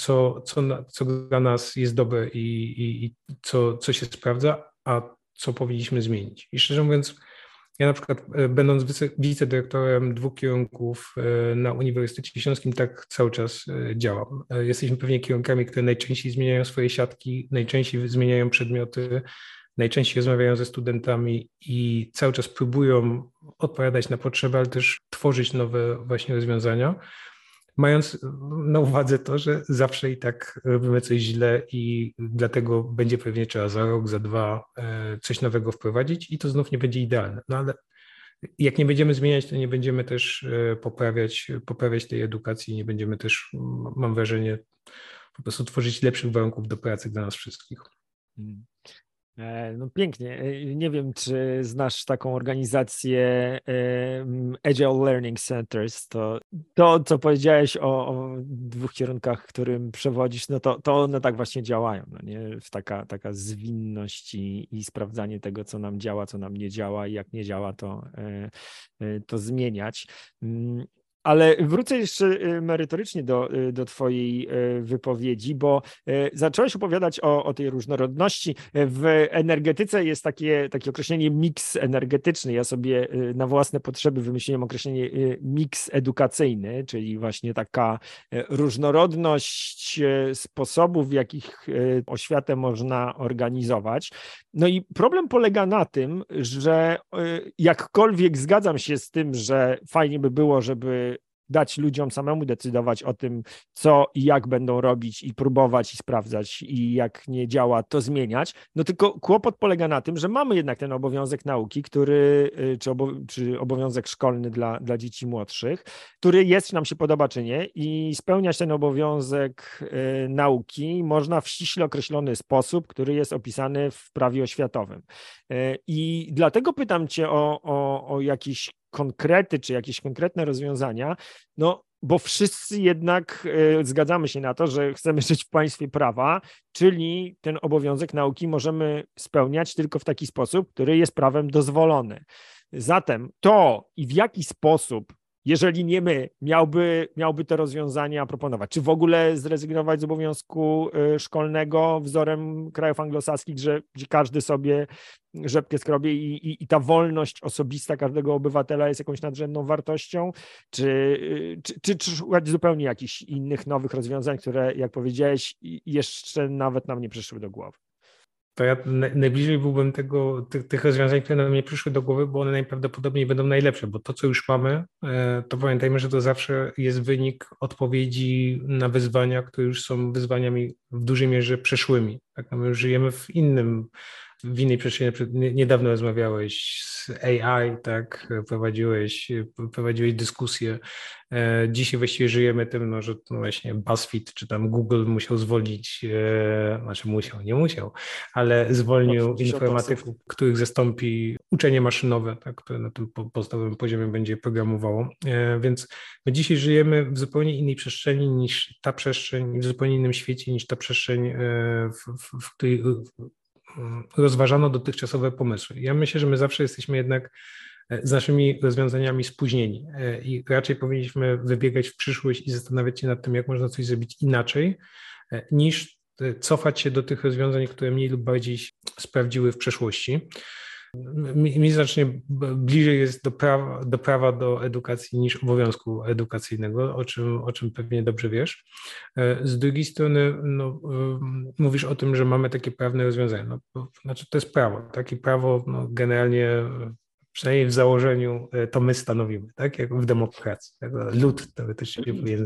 co dla nas jest dobre i co się sprawdza, a co powinniśmy zmienić. I szczerze mówiąc, Ja na przykład będąc wicedyrektorem 2 kierunków na Uniwersytecie Śląskim tak cały czas działam. Jesteśmy pewnie kierunkami, które najczęściej zmieniają swoje siatki, najczęściej zmieniają przedmioty, najczęściej rozmawiają ze studentami i cały czas próbują odpowiadać na potrzeby, ale też tworzyć nowe właśnie rozwiązania, mając na uwadze to, że zawsze i tak robimy coś źle i dlatego będzie pewnie trzeba za rok, za 2 coś nowego wprowadzić i to znów nie będzie idealne. No ale jak nie będziemy zmieniać, to nie będziemy też poprawiać tej edukacji, nie będziemy też, mam wrażenie, po prostu tworzyć lepszych warunków do pracy dla nas wszystkich. No pięknie. Nie wiem, czy znasz taką organizację Agile Learning Centers. To co powiedziałeś o 2 kierunkach, którym przewodzisz, no to one tak właśnie działają. No nie? Taka zwinność i sprawdzanie tego, co nam działa, co nam nie działa i jak nie działa, to zmieniać. Ale wrócę jeszcze merytorycznie do twojej wypowiedzi, bo zacząłeś opowiadać o tej różnorodności. W energetyce jest takie określenie miks energetyczny. Ja sobie na własne potrzeby wymyśliłem określenie miks edukacyjny, czyli właśnie taka różnorodność sposobów, w jakich oświatę można organizować. No i problem polega na tym, że jakkolwiek zgadzam się z tym, że fajnie by było, żeby dać ludziom samemu decydować o tym, co i jak będą robić i próbować i sprawdzać i jak nie działa, to zmieniać. No tylko kłopot polega na tym, że mamy jednak ten obowiązek nauki, czy obowiązek szkolny dla dzieci młodszych, który jest, czy nam się podoba, czy nie, i spełniać ten obowiązek nauki można w ściśle określony sposób, który jest opisany w prawie oświatowym. I dlatego pytam cię o jakieś konkrety, czy jakieś konkretne rozwiązania, no bo wszyscy jednak zgadzamy się na to, że chcemy żyć w państwie prawa, czyli ten obowiązek nauki możemy spełniać tylko w taki sposób, który jest prawem dozwolony. Zatem to i w jaki sposób, jeżeli nie my, miałby te rozwiązania proponować? Czy w ogóle zrezygnować z obowiązku szkolnego wzorem krajów anglosaskich, gdzie każdy sobie rzepkę skrobie i ta wolność osobista każdego obywatela jest jakąś nadrzędną wartością? Czy szukać zupełnie jakichś innych nowych rozwiązań, które, jak powiedziałeś, jeszcze nawet nam nie przyszły do głowy? To ja najbliżej byłbym tych rozwiązań, które nam nie przyszły do głowy, bo one najprawdopodobniej będą najlepsze, bo to, co już mamy, to pamiętajmy, że to zawsze jest wynik odpowiedzi na wyzwania, które już są wyzwaniami w dużej mierze przeszłymi. Tak? My już żyjemy w innej przestrzeni. Niedawno rozmawiałeś z AI, tak, prowadziłeś dyskusję. Dzisiaj właściwie żyjemy tym, że właśnie BuzzFeed czy tam Google musiał zwolnić, nie musiał, ale zwolnił informatyków, których zastąpi uczenie maszynowe, tak, które na tym podstawowym poziomie będzie programowało. Więc my dzisiaj żyjemy w zupełnie innej przestrzeni niż ta przestrzeń, w zupełnie innym świecie niż ta przestrzeń, w której rozważano dotychczasowe pomysły. Ja myślę, że my zawsze jesteśmy jednak z naszymi rozwiązaniami spóźnieni i raczej powinniśmy wybiegać w przyszłość i zastanawiać się nad tym, jak można coś zrobić inaczej, niż cofać się do tych rozwiązań, które mniej lub bardziej sprawdziły w przeszłości. Mi znacznie bliżej jest do prawa do edukacji niż obowiązku edukacyjnego, o czym pewnie dobrze wiesz. Z drugiej strony mówisz o tym, że mamy takie prawne rozwiązania. Znaczy to jest prawo. Takie prawo generalnie, przynajmniej w założeniu, to my stanowimy, tak? Jak w demokracji. Tak? Lud teoretycznie powinien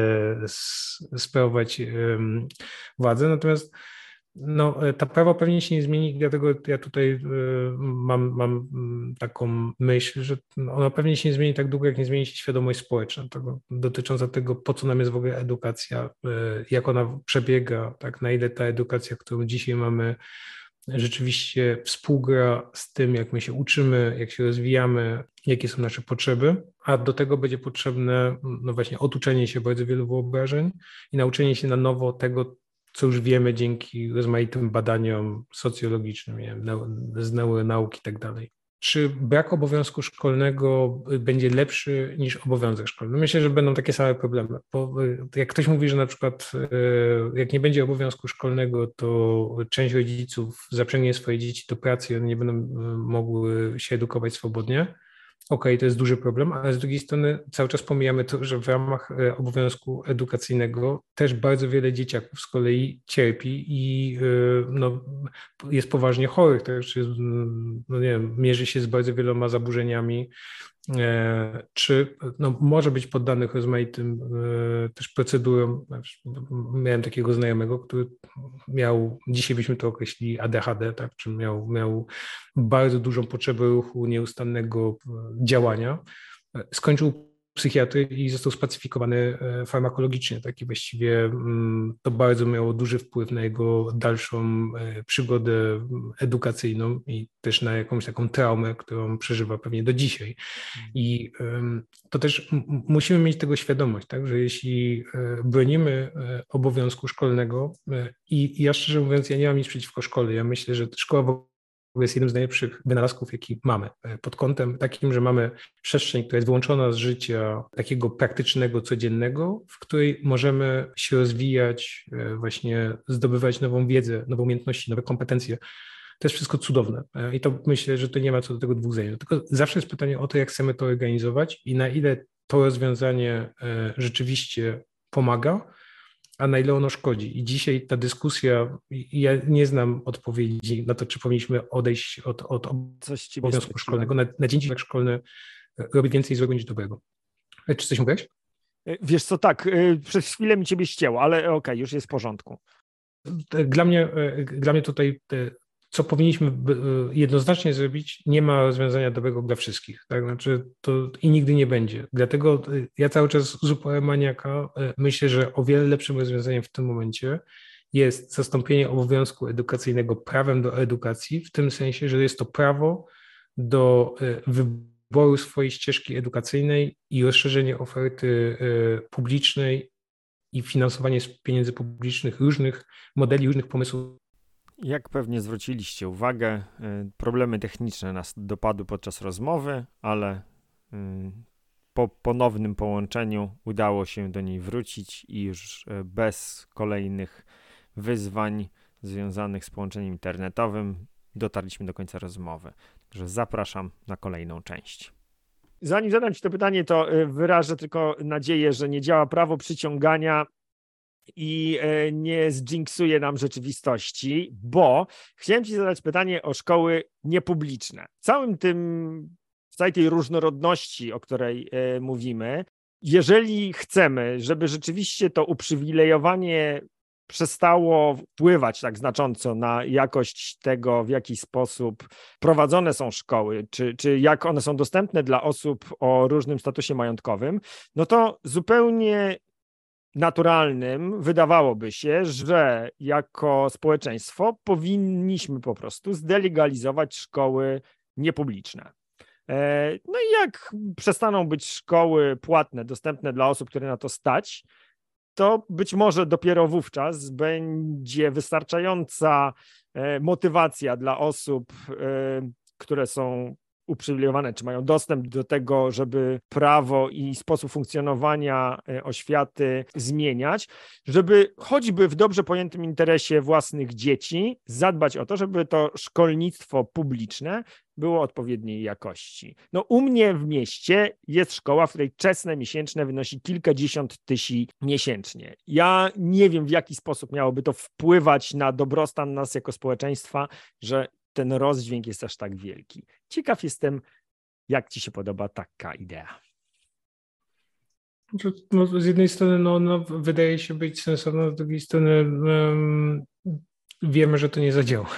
sprawować władzę, natomiast to prawo pewnie się nie zmieni, dlatego ja tutaj mam taką myśl, że ono pewnie się nie zmieni tak długo, jak nie zmieni się świadomość społeczna dotycząca tego, po co nam jest w ogóle edukacja, jak ona przebiega, tak, na ile ta edukacja, którą dzisiaj mamy, rzeczywiście współgra z tym, jak my się uczymy, jak się rozwijamy, jakie są nasze potrzeby, a do tego będzie potrzebne właśnie oduczenie się bardzo wielu wyobrażeń i nauczenie się na nowo tego, co już wiemy dzięki rozmaitym badaniom socjologicznym, z neuronauki i tak dalej. czy brak obowiązku szkolnego będzie lepszy niż obowiązek szkolny? Myślę, że będą takie same problemy, bo jak ktoś mówi, że na przykład jak nie będzie obowiązku szkolnego, to część rodziców zaprzęgnie swoje dzieci do pracy i one nie będą mogły się edukować swobodnie. Okej, to jest duży problem, ale z drugiej strony cały czas pomijamy to, że w ramach obowiązku edukacyjnego też bardzo wiele dzieciaków z kolei cierpi i no, jest poważnie chorych, tak? Czy, no nie wiem, mierzy się z bardzo wieloma zaburzeniami, czy no, może być poddanych rozmaitym też procedurom. Miałem takiego znajomego, który miał, dzisiaj byśmy to określili ADHD, tak? Czy miał bardzo dużą potrzebę ruchu, nieustannego działania. Skończył psychiatry i został spacyfikowany farmakologicznie. Taki właściwie to bardzo miało duży wpływ na jego dalszą przygodę edukacyjną i też na jakąś taką traumę, którą przeżywa pewnie do dzisiaj. I to też musimy mieć tego świadomość, tak, że jeśli bronimy obowiązku szkolnego i ja szczerze mówiąc, ja nie mam nic przeciwko szkole. Ja myślę, że szkoła w ogóle jest jednym z najlepszych wynalazków, jaki mamy. Pod kątem takim, że mamy przestrzeń, która jest wyłączona z życia takiego praktycznego, codziennego, w której możemy się rozwijać, właśnie zdobywać nową wiedzę, nowe umiejętności, nowe kompetencje. To jest wszystko cudowne i to myślę, że to nie ma co do tego dwóch zdań. Tylko zawsze jest pytanie o to, jak chcemy to organizować i na ile to rozwiązanie rzeczywiście pomaga, a na ile ono szkodzi. I dzisiaj ta dyskusja, ja nie znam odpowiedzi na to, czy powinniśmy odejść od obowiązku szkolnego. Na dzień dzisiejszy szkolny robi więcej złego niż dobrego. Czy coś mówiłeś? Wiesz co, tak, przez chwilę mi ciebie ścięło, ale okej, już jest w porządku. Dla mnie tutaj co powinniśmy jednoznacznie zrobić, nie ma rozwiązania dobrego dla wszystkich. Tak? Znaczy to i nigdy nie będzie. Dlatego ja cały czas z uporem maniaka myślę, że o wiele lepszym rozwiązaniem w tym momencie jest zastąpienie obowiązku edukacyjnego prawem do edukacji, w tym sensie, że jest to prawo do wyboru swojej ścieżki edukacyjnej i rozszerzenie oferty publicznej i finansowanie z pieniędzy publicznych różnych modeli, różnych pomysłów. Jak pewnie zwróciliście uwagę, problemy techniczne nas dopadły podczas rozmowy, ale po ponownym połączeniu udało się do niej wrócić i już bez kolejnych wyzwań związanych z połączeniem internetowym dotarliśmy do końca rozmowy. Także zapraszam na kolejną część. Zanim zadam Ci to pytanie, to wyrażę tylko nadzieję, że nie działa prawo przyciągania i nie zdżinksuje nam rzeczywistości, bo chciałem Ci zadać pytanie o szkoły niepubliczne. W całej tej różnorodności, o której mówimy, jeżeli chcemy, żeby rzeczywiście to uprzywilejowanie przestało wpływać tak znacząco na jakość tego, w jaki sposób prowadzone są szkoły, czy jak one są dostępne dla osób o różnym statusie majątkowym, no to zupełnie naturalnym wydawałoby się, że jako społeczeństwo powinniśmy po prostu zdelegalizować szkoły niepubliczne. No i jak przestaną być szkoły płatne, dostępne dla osób, które na to stać, to być może dopiero wówczas będzie wystarczająca motywacja dla osób, które są uprzywilejowane, czy mają dostęp do tego, żeby prawo i sposób funkcjonowania oświaty zmieniać, żeby choćby w dobrze pojętym interesie własnych dzieci zadbać o to, żeby to szkolnictwo publiczne było odpowiedniej jakości. No u mnie w mieście jest szkoła, w której czesne miesięczne wynosi kilkadziesiąt tysięcy miesięcznie. Ja nie wiem, w jaki sposób miałoby to wpływać na dobrostan nas jako społeczeństwa, że ten rozdźwięk jest aż tak wielki. Ciekaw jestem, jak Ci się podoba taka idea. No, z jednej strony ona wydaje się być sensowna, z drugiej strony wiemy, że to nie zadziała.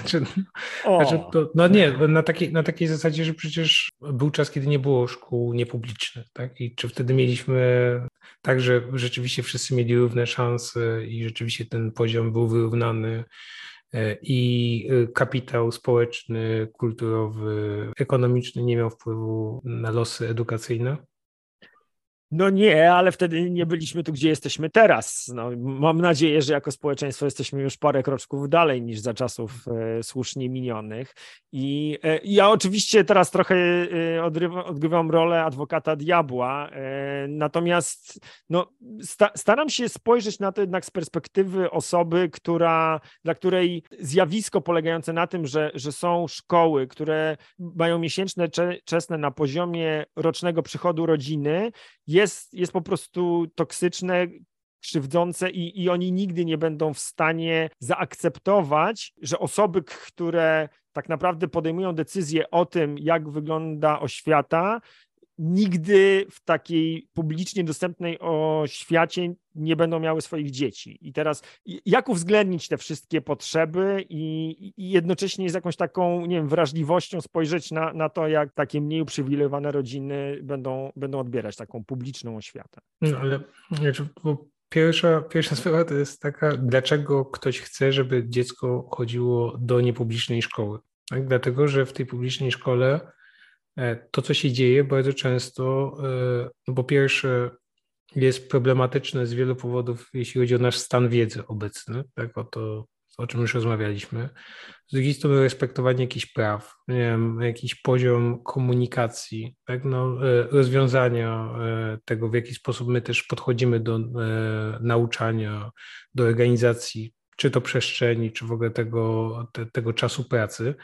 Na takiej zasadzie, że przecież był czas, kiedy nie było szkół niepublicznych, tak? I czy wtedy mieliśmy tak, że rzeczywiście wszyscy mieli równe szanse i rzeczywiście ten poziom był wyrównany i kapitał społeczny, kulturowy, ekonomiczny nie miał wpływu na losy edukacyjne? No nie, ale wtedy nie byliśmy tu, gdzie jesteśmy teraz. No, mam nadzieję, że jako społeczeństwo jesteśmy już parę kroczków dalej niż za czasów słusznie minionych. I ja oczywiście teraz trochę odgrywam rolę adwokata diabła, natomiast no, staram się spojrzeć na to jednak z perspektywy osoby, dla której zjawisko polegające na tym, że są szkoły, które mają miesięczne czesne na poziomie rocznego przychodu rodziny, jest po prostu toksyczne, krzywdzące i oni nigdy nie będą w stanie zaakceptować, że osoby, które tak naprawdę podejmują decyzje o tym, jak wygląda oświata, nigdy w takiej publicznie dostępnej oświacie nie będą miały swoich dzieci. I teraz jak uwzględnić te wszystkie potrzeby i jednocześnie z jakąś taką, nie wiem, wrażliwością spojrzeć na to, jak takie mniej uprzywilejowane rodziny będą odbierać taką publiczną oświatę. No ale pierwsza sprawa to jest taka, dlaczego ktoś chce, żeby dziecko chodziło do niepublicznej szkoły. Tak? Dlatego, że w tej publicznej szkole to, co się dzieje, bardzo często, no po pierwsze, jest problematyczne z wielu powodów, jeśli chodzi o nasz stan wiedzy obecny, tak, o czym już rozmawialiśmy. Z drugiej strony respektowanie jakichś praw, nie wiem, jakiś poziom komunikacji, tak, no, rozwiązania tego, w jaki sposób my też podchodzimy do nauczania, do organizacji, czy to przestrzeni, czy w ogóle tego czasu pracy.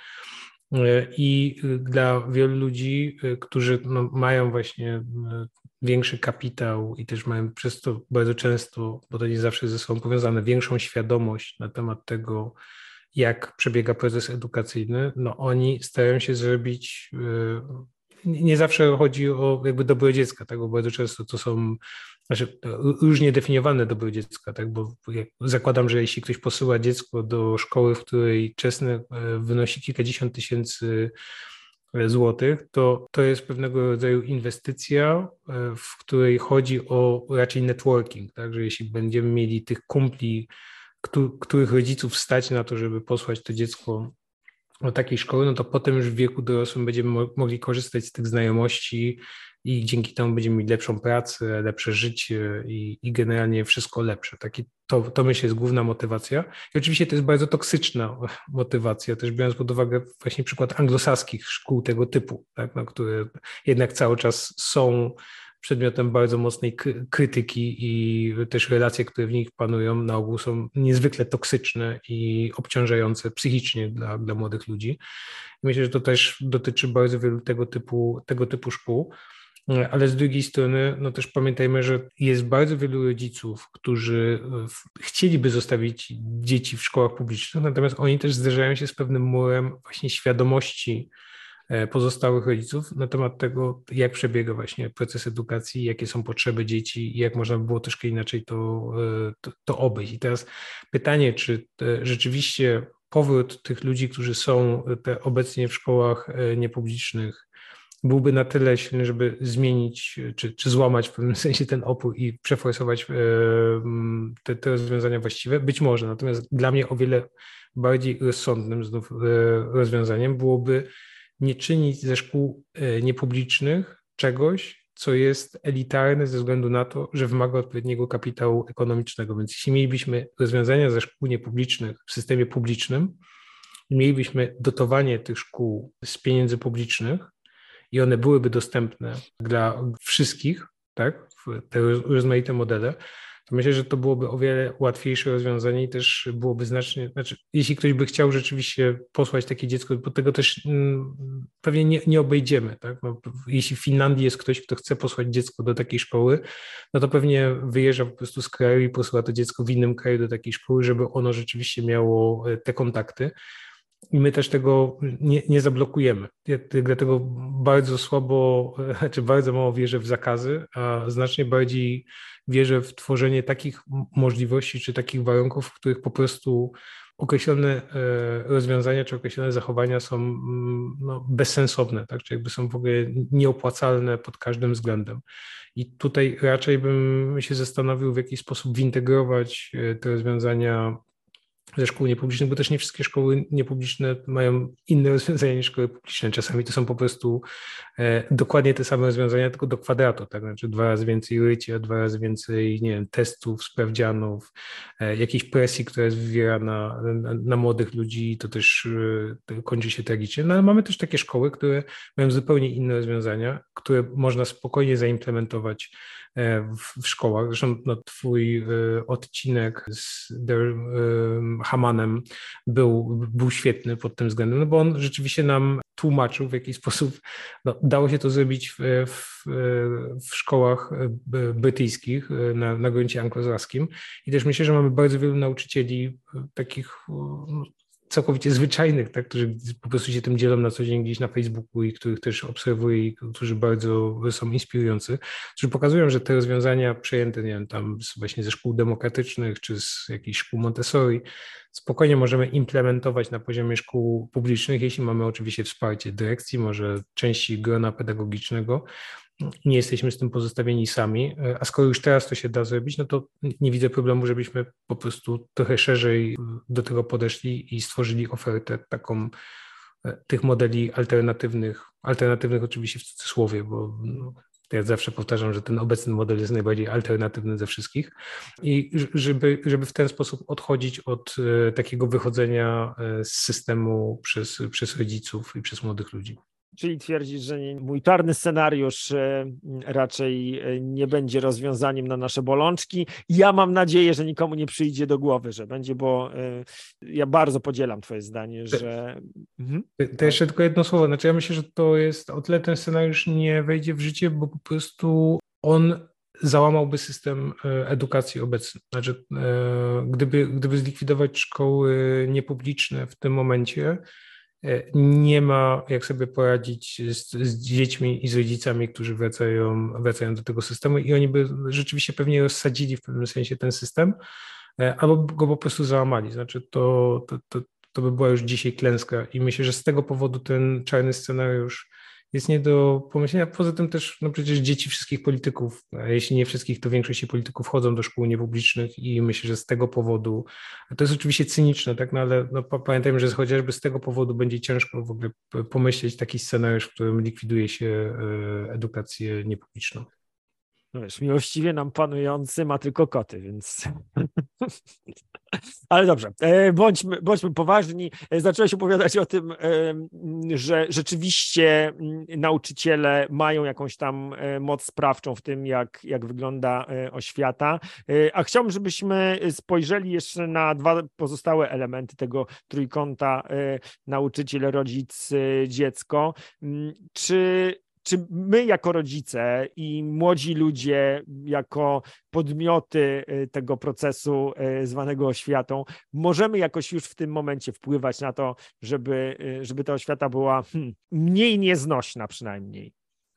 I dla wielu ludzi, którzy no, mają właśnie większy kapitał i też mają przez to bardzo często, bo to nie zawsze ze sobą powiązane, większą świadomość na temat tego, jak przebiega proces edukacyjny, no oni starają się zrobić, nie zawsze chodzi o jakby dobro dziecka, tak, bo bardzo często to są różnie definiowane dobro dziecka, tak, bo zakładam, że jeśli ktoś posyła dziecko do szkoły, w której czesne wynosi kilkadziesiąt tysięcy złotych, to jest pewnego rodzaju inwestycja, w której chodzi o raczej networking, tak, że jeśli będziemy mieli tych kumpli, których rodziców stać na to, żeby posłać to dziecko do takiej szkoły, no to potem już w wieku dorosłym będziemy mogli korzystać z tych znajomości i dzięki temu będziemy mieli lepszą pracę, lepsze życie i generalnie wszystko lepsze. To myślę jest główna motywacja. I oczywiście to jest bardzo toksyczna motywacja, też biorąc pod uwagę właśnie przykład anglosaskich szkół tego typu, tak, no, które jednak cały czas są przedmiotem bardzo mocnej krytyki i też relacje, które w nich panują, na ogół są niezwykle toksyczne i obciążające psychicznie dla młodych ludzi. Myślę, że to też dotyczy bardzo wielu tego typu szkół. Ale z drugiej strony, no też pamiętajmy, że jest bardzo wielu rodziców, którzy chcieliby zostawić dzieci w szkołach publicznych, natomiast oni też zderzają się z pewnym murem właśnie świadomości pozostałych rodziców na temat tego, jak przebiega właśnie proces edukacji, jakie są potrzeby dzieci i jak można by było troszkę inaczej to obejść. I teraz pytanie, czy rzeczywiście powrót tych ludzi, którzy są obecnie w szkołach niepublicznych, byłby na tyle silny, żeby zmienić czy złamać w pewnym sensie ten opór i przeforsować te rozwiązania właściwe? Być może, natomiast dla mnie o wiele bardziej rozsądnym znów rozwiązaniem byłoby nie czynić ze szkół niepublicznych czegoś, co jest elitarne ze względu na to, że wymaga odpowiedniego kapitału ekonomicznego. Więc jeśli mielibyśmy rozwiązania ze szkół niepublicznych w systemie publicznym, mielibyśmy dotowanie tych szkół z pieniędzy publicznych i one byłyby dostępne dla wszystkich, tak, te rozmaite modele, to myślę, że to byłoby o wiele łatwiejsze rozwiązanie i też byłoby znacznie, jeśli ktoś by chciał rzeczywiście posłać takie dziecko, bo tego też pewnie nie obejdziemy, tak? No, jeśli w Finlandii jest ktoś, kto chce posłać dziecko do takiej szkoły, no to pewnie wyjeżdża po prostu z kraju i posyła to dziecko w innym kraju do takiej szkoły, żeby ono rzeczywiście miało te kontakty. I my też tego nie zablokujemy. Ja dlatego bardzo słabo, czy bardzo mało wierzę w zakazy, a znacznie bardziej wierzę w tworzenie takich możliwości, czy takich warunków, w których po prostu określone rozwiązania, czy określone zachowania są no, bezsensowne, tak? Czy jakby są w ogóle nieopłacalne pod każdym względem. I tutaj raczej bym się zastanowił, w jaki sposób wintegrować te rozwiązania ze szkół niepublicznych, bo też nie wszystkie szkoły niepubliczne mają inne rozwiązania niż szkoły publiczne. Czasami to są po prostu dokładnie te same rozwiązania, tylko do kwadratu, tak? Znaczy 2 razy więcej rycia, 2 razy więcej, nie wiem, testów, sprawdzianów, jakiejś presji, która jest wywierana na młodych ludzi, to też kończy się tragicznie. No ale mamy też takie szkoły, które mają zupełnie inne rozwiązania, które można spokojnie zaimplementować w szkołach. Zresztą no, twój odcinek z Hamanem był świetny pod tym względem, no bo on rzeczywiście nam tłumaczył, w jaki sposób no, dało się to zrobić w szkołach brytyjskich na gruncie anglosaskim. I też myślę, że mamy bardzo wielu nauczycieli takich całkowicie zwyczajnych, tak, którzy po prostu się tym dzielą na co dzień gdzieś na Facebooku i których też obserwuję i którzy bardzo są inspirujący, którzy pokazują, że te rozwiązania przejęte, nie wiem, tam właśnie ze szkół demokratycznych czy z jakichś szkół Montessori spokojnie możemy implementować na poziomie szkół publicznych, jeśli mamy oczywiście wsparcie dyrekcji, może części grona pedagogicznego. Nie jesteśmy z tym pozostawieni sami, a skoro już teraz to się da zrobić, no to nie widzę problemu, żebyśmy po prostu trochę szerzej do tego podeszli i stworzyli ofertę taką tych modeli alternatywnych oczywiście w cudzysłowie, bo ja zawsze powtarzam, że ten obecny model jest najbardziej alternatywny ze wszystkich i żeby w ten sposób odchodzić od takiego wychodzenia z systemu przez rodziców i przez młodych ludzi. Czyli twierdzisz, że mój czarny scenariusz raczej nie będzie rozwiązaniem na nasze bolączki. Ja mam nadzieję, że nikomu nie przyjdzie do głowy, że będzie, bo ja bardzo podzielam twoje zdanie, że... To jeszcze tylko jedno słowo. Znaczy ja myślę, że to jest, o tyle ten scenariusz nie wejdzie w życie, bo po prostu on załamałby system edukacji obecny. Znaczy gdyby zlikwidować szkoły niepubliczne w tym momencie, nie ma jak sobie poradzić z dziećmi i z rodzicami, którzy wracają do tego systemu i oni by rzeczywiście pewnie rozsadzili w pewnym sensie ten system, albo go po prostu załamali. Znaczy to by była już dzisiaj klęska i myślę, że z tego powodu ten czarny scenariusz jest nie do pomyślenia. Poza tym też no przecież dzieci wszystkich polityków, a jeśli nie wszystkich, to większości polityków chodzą do szkół niepublicznych i myślę, że z tego powodu, to jest oczywiście cyniczne, tak, no ale no, pamiętajmy, że chociażby z tego powodu będzie ciężko w ogóle pomyśleć taki scenariusz, w którym likwiduje się edukację niepubliczną. No wiesz, miłościwie nam panujący ma tylko koty, więc... Ale dobrze, bądźmy poważni. Zacząłeś opowiadać o tym, że rzeczywiście nauczyciele mają jakąś tam moc sprawczą w tym, jak wygląda oświata. A chciałbym, żebyśmy spojrzeli jeszcze na 2 pozostałe elementy tego trójkąta nauczyciel, rodzic, dziecko. Czy my jako rodzice i młodzi ludzie, jako podmioty tego procesu zwanego oświatą, możemy jakoś już w tym momencie wpływać na to, żeby ta oświata była mniej nieznośna przynajmniej?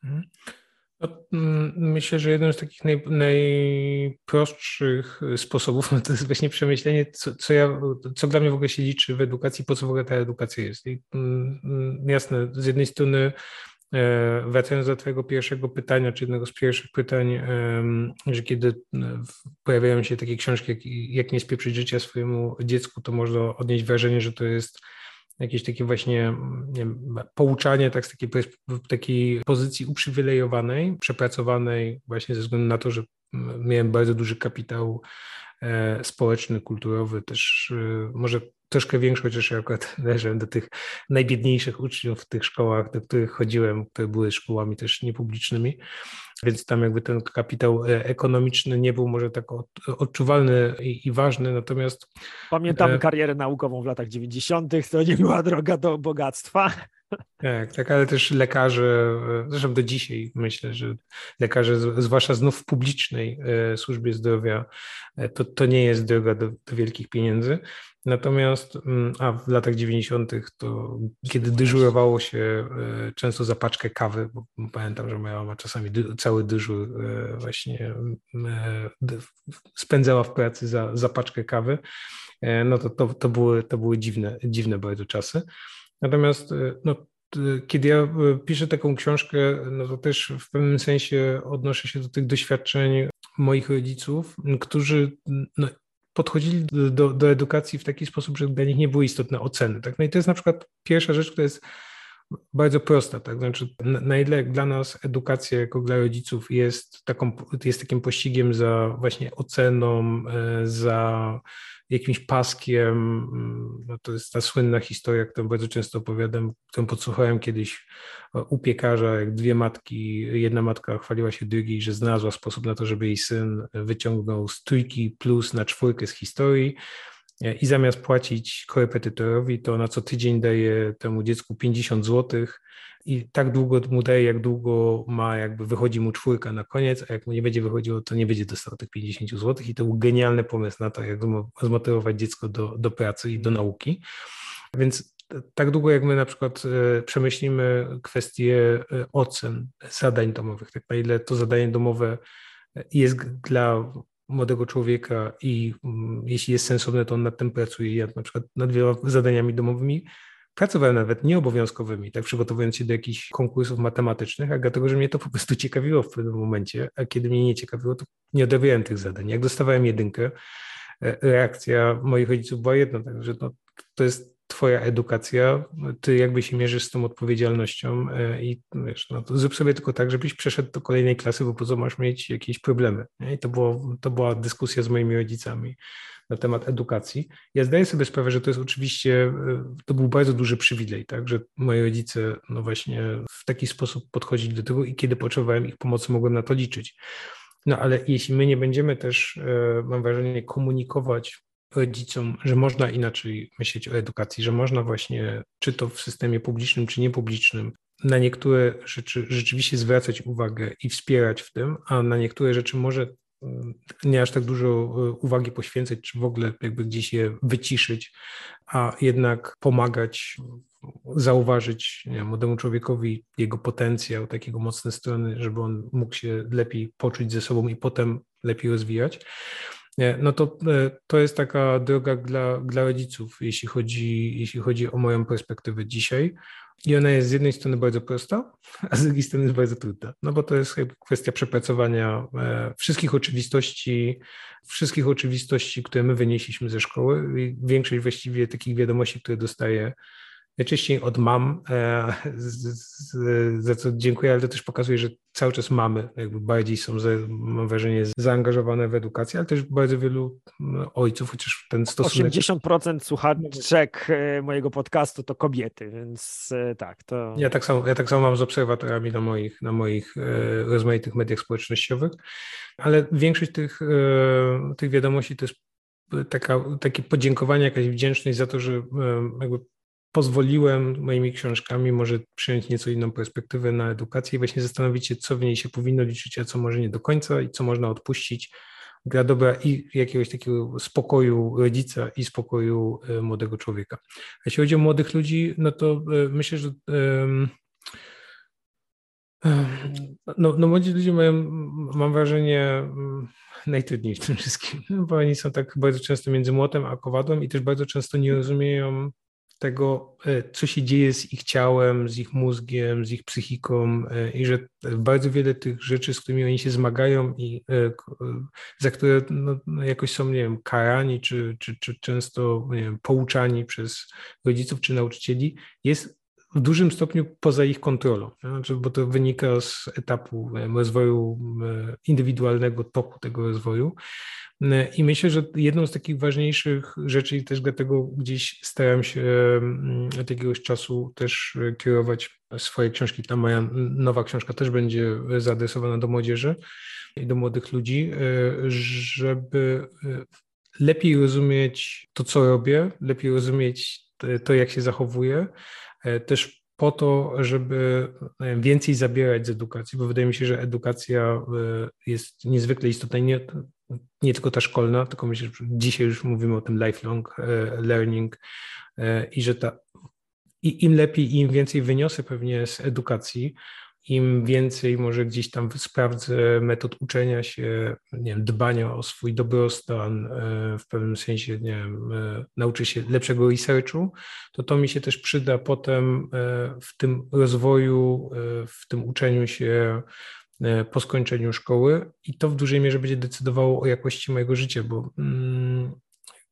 Myślę, że jeden z takich najprostszych sposobów no to jest właśnie przemyślenie, co dla mnie w ogóle się liczy w edukacji, po co w ogóle ta edukacja jest. I, jasne, z jednej strony wracając do twojego pierwszego pytania, czy jednego z pierwszych pytań, że kiedy pojawiają się takie książki, jak nie spieprzyć życia swojemu dziecku, to można odnieść wrażenie, że to jest jakieś takie właśnie nie wiem, pouczanie tak, z takiej pozycji uprzywilejowanej, przepracowanej właśnie ze względu na to, że miałem bardzo duży kapitał społeczny, kulturowy, też może troszkę większy, chociaż ja akurat należałem do tych najbiedniejszych uczniów w tych szkołach, do których chodziłem, które były szkołami też niepublicznymi, więc tam jakby ten kapitał ekonomiczny nie był może tak odczuwalny i ważny, natomiast... Pamiętamy karierę naukową w latach 90., to nie była droga do bogactwa. Tak, ale też lekarze, zresztą do dzisiaj myślę, że lekarze, zwłaszcza znów w publicznej służbie zdrowia, to nie jest droga do wielkich pieniędzy. Natomiast w latach 90. to kiedy dyżurowało się często za paczkę kawy, bo pamiętam, że moja mama czasami cały dyżur właśnie spędzała w pracy za paczkę kawy, no to były dziwne bardzo czasy. Natomiast no, kiedy ja piszę taką książkę, no to też w pewnym sensie odnoszę się do tych doświadczeń moich rodziców, którzy no, podchodzili do edukacji w taki sposób, że dla nich nie były istotne oceny. Tak? No i to jest na przykład pierwsza rzecz, która jest bardzo prosta, tak? Znaczy, na ile dla nas edukacja jako dla rodziców jest takim pościgiem za właśnie oceną, za jakimś paskiem, no to jest ta słynna historia, którą bardzo często opowiadam, którą podsłuchałem kiedyś u piekarza, jak dwie matki, jedna matka chwaliła się drugiej, że znalazła sposób na to, żeby jej syn wyciągnął z 3+ na 4 z historii, i zamiast płacić korepetytorowi, to na co tydzień daje temu dziecku 50 zł i tak długo mu daje, jak długo wychodzi mu 4 na koniec, a jak mu nie będzie wychodziło, to nie będzie dostał tych 50 zł i to był genialny pomysł na to, jak zmotywować dziecko do pracy i do nauki. Więc tak długo, jak my na przykład przemyślimy kwestię ocen zadań domowych, tak na ile to zadanie domowe jest dla młodego człowieka i jeśli jest sensowne, to on nad tym pracuje. Ja na przykład nad wieloma zadaniami domowymi pracowałem nawet nieobowiązkowymi, tak przygotowując się do jakichś konkursów matematycznych, a dlatego, że mnie to po prostu ciekawiło w pewnym momencie, a kiedy mnie nie ciekawiło, to nie odrabiałem tych zadań. Jak dostawałem 1, reakcja moich rodziców była jedna, także to jest twoja edukacja, ty jakby się mierzysz z tą odpowiedzialnością i wiesz, no to zrób sobie tylko tak, żebyś przeszedł do kolejnej klasy, bo po co masz mieć jakieś problemy. Nie? I to była dyskusja z moimi rodzicami na temat edukacji. Ja zdaję sobie sprawę, że to jest oczywiście, to był bardzo duży przywilej, tak, że moi rodzice no właśnie w taki sposób podchodzili do tego i kiedy potrzebowałem ich pomocy, mogłem na to liczyć. No ale jeśli my nie będziemy też, mam wrażenie, komunikować rodzicom, że można inaczej myśleć o edukacji, że można właśnie, czy to w systemie publicznym, czy niepublicznym, na niektóre rzeczy rzeczywiście zwracać uwagę i wspierać w tym, a na niektóre rzeczy może nie aż tak dużo uwagi poświęcać, czy w ogóle jakby gdzieś je wyciszyć, a jednak pomagać, zauważyć, nie wiem, młodemu człowiekowi jego potencjał, takiego mocne strony, żeby on mógł się lepiej poczuć ze sobą i potem lepiej rozwijać. No to jest taka droga dla rodziców, jeśli chodzi o moją perspektywę dzisiaj. I ona jest z jednej strony bardzo prosta, a z drugiej strony jest bardzo trudna. No bo to jest kwestia przepracowania wszystkich oczywistości, które my wynieśliśmy ze szkoły. I większość właściwie takich wiadomości, które dostaję najczęściej od mam, za co dziękuję, ale to też pokazuje, że cały czas mamy jakby bardziej są, mam wrażenie, zaangażowane w edukację, ale też bardzo wielu ojców, chociaż ten stosunek... 80% słuchaczek mojego podcastu to kobiety, więc tak, to... Ja tak samo mam z obserwatorami na moich rozmaitych mediach społecznościowych, ale większość tych wiadomości to jest takie podziękowanie, jakaś wdzięczność za to, że jakby pozwoliłem moimi książkami może przyjąć nieco inną perspektywę na edukację i właśnie zastanowić się, co w niej się powinno liczyć, a co może nie do końca i co można odpuścić dla dobra i jakiegoś takiego spokoju rodzica i spokoju młodego człowieka. A jeśli chodzi o młodych ludzi, no to myślę, że młodzi ludzie mają, mam wrażenie, najtrudniej w tym wszystkim, bo oni są tak bardzo często między młotem a kowadłem i też bardzo często nie rozumieją tego, co się dzieje z ich ciałem, z ich mózgiem, z ich psychiką i że bardzo wiele tych rzeczy, z którymi oni się zmagają i za które jakoś są, nie wiem, karani czy często, nie wiem, pouczani przez rodziców czy nauczycieli, jest w dużym stopniu poza ich kontrolą, znaczy, bo to wynika z etapu rozwoju indywidualnego, toku tego rozwoju. I myślę, że jedną z takich ważniejszych rzeczy i też dlatego gdzieś staram się od jakiegoś czasu też kierować swoje książki. Ta moja nowa książka też będzie zaadresowana do młodzieży i do młodych ludzi, żeby lepiej rozumieć to, co robię, lepiej rozumieć to, jak się zachowuję, też po to, żeby więcej zabierać z edukacji, bo wydaje mi się, że edukacja jest niezwykle istotna i nie tylko ta szkolna, tylko myślę, że dzisiaj już mówimy o tym lifelong learning i że im lepiej i im więcej wyniosę pewnie z edukacji, im więcej może gdzieś tam sprawdzę metod uczenia się, nie wiem, dbania o swój dobrostan, w pewnym sensie, nie wiem, nauczy się lepszego researchu, to mi się też przyda potem w tym rozwoju, w tym uczeniu się po skończeniu szkoły i to w dużej mierze będzie decydowało o jakości mojego życia, bo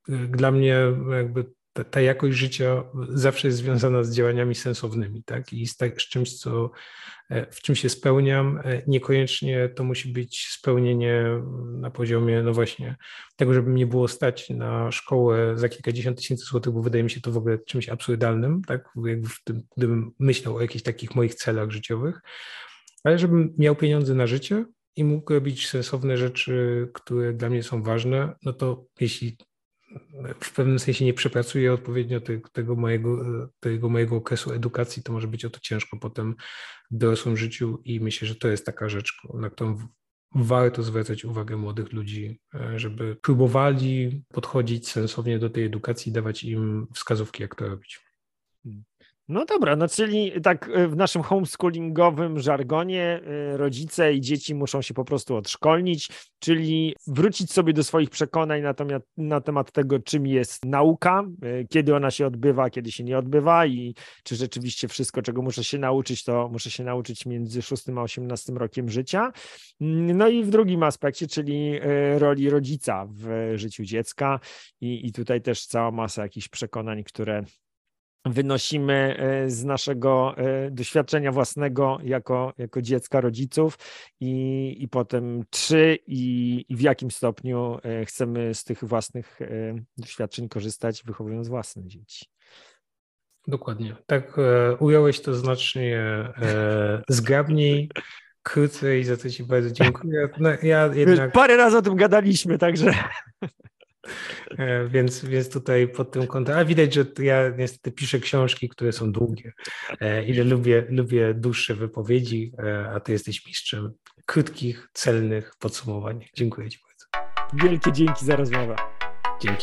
dla mnie jakby ta jakość życia zawsze jest związana z działaniami sensownymi, tak? I z czymś, w czym się spełniam. Niekoniecznie to musi być spełnienie na poziomie, no właśnie, tego, żeby mnie było stać na szkołę za kilkadziesiąt tysięcy złotych, bo wydaje mi się to w ogóle czymś absurdalnym, tak? Jakby gdybym myślał o jakichś takich moich celach życiowych, ale żebym miał pieniądze na życie i mógł robić sensowne rzeczy, które dla mnie są ważne, no to jeśli w pewnym sensie nie przepracuję odpowiednio tego mojego okresu edukacji, to może być o to ciężko potem w dorosłym życiu i myślę, że to jest taka rzecz, na którą warto zwracać uwagę młodych ludzi, żeby próbowali podchodzić sensownie do tej edukacji i dawać im wskazówki, jak to robić. No dobra, no czyli tak w naszym homeschoolingowym żargonie rodzice i dzieci muszą się po prostu odszkolnić, czyli wrócić sobie do swoich przekonań na temat tego, czym jest nauka, kiedy ona się odbywa, kiedy się nie odbywa i czy rzeczywiście wszystko, czego muszę się nauczyć, to muszę się nauczyć między 6 a 18 rokiem życia. No i w drugim aspekcie, czyli roli rodzica w życiu dziecka i tutaj też cała masa jakichś przekonań, które wynosimy z naszego doświadczenia własnego jako dziecka, rodziców i potem czy i w jakim stopniu chcemy z tych własnych doświadczeń korzystać, wychowując własne dzieci. Dokładnie. Tak ująłeś to znacznie zgrabniej, krócej, za co Ci bardzo dziękuję. No, ja jednak... Parę razy o tym gadaliśmy, także... Więc tutaj pod tym kątem, a widać, że ja niestety piszę książki, które są długie i że lubię dłuższe wypowiedzi, a Ty jesteś mistrzem krótkich, celnych podsumowań. Dziękuję Ci bardzo. Wielkie dzięki za rozmowę. Dzięki.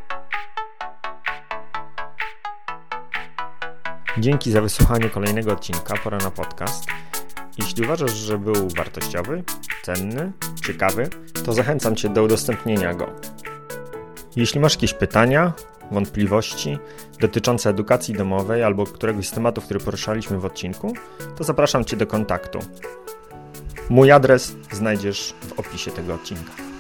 Dzięki za wysłuchanie kolejnego odcinka Pora na podcast. Jeśli uważasz, że był wartościowy, cenny, ciekawy, to zachęcam Cię do udostępnienia go. Jeśli masz jakieś pytania, wątpliwości dotyczące edukacji domowej albo któregoś z tematów, który poruszaliśmy w odcinku, to zapraszam Cię do kontaktu. Mój adres znajdziesz w opisie tego odcinka.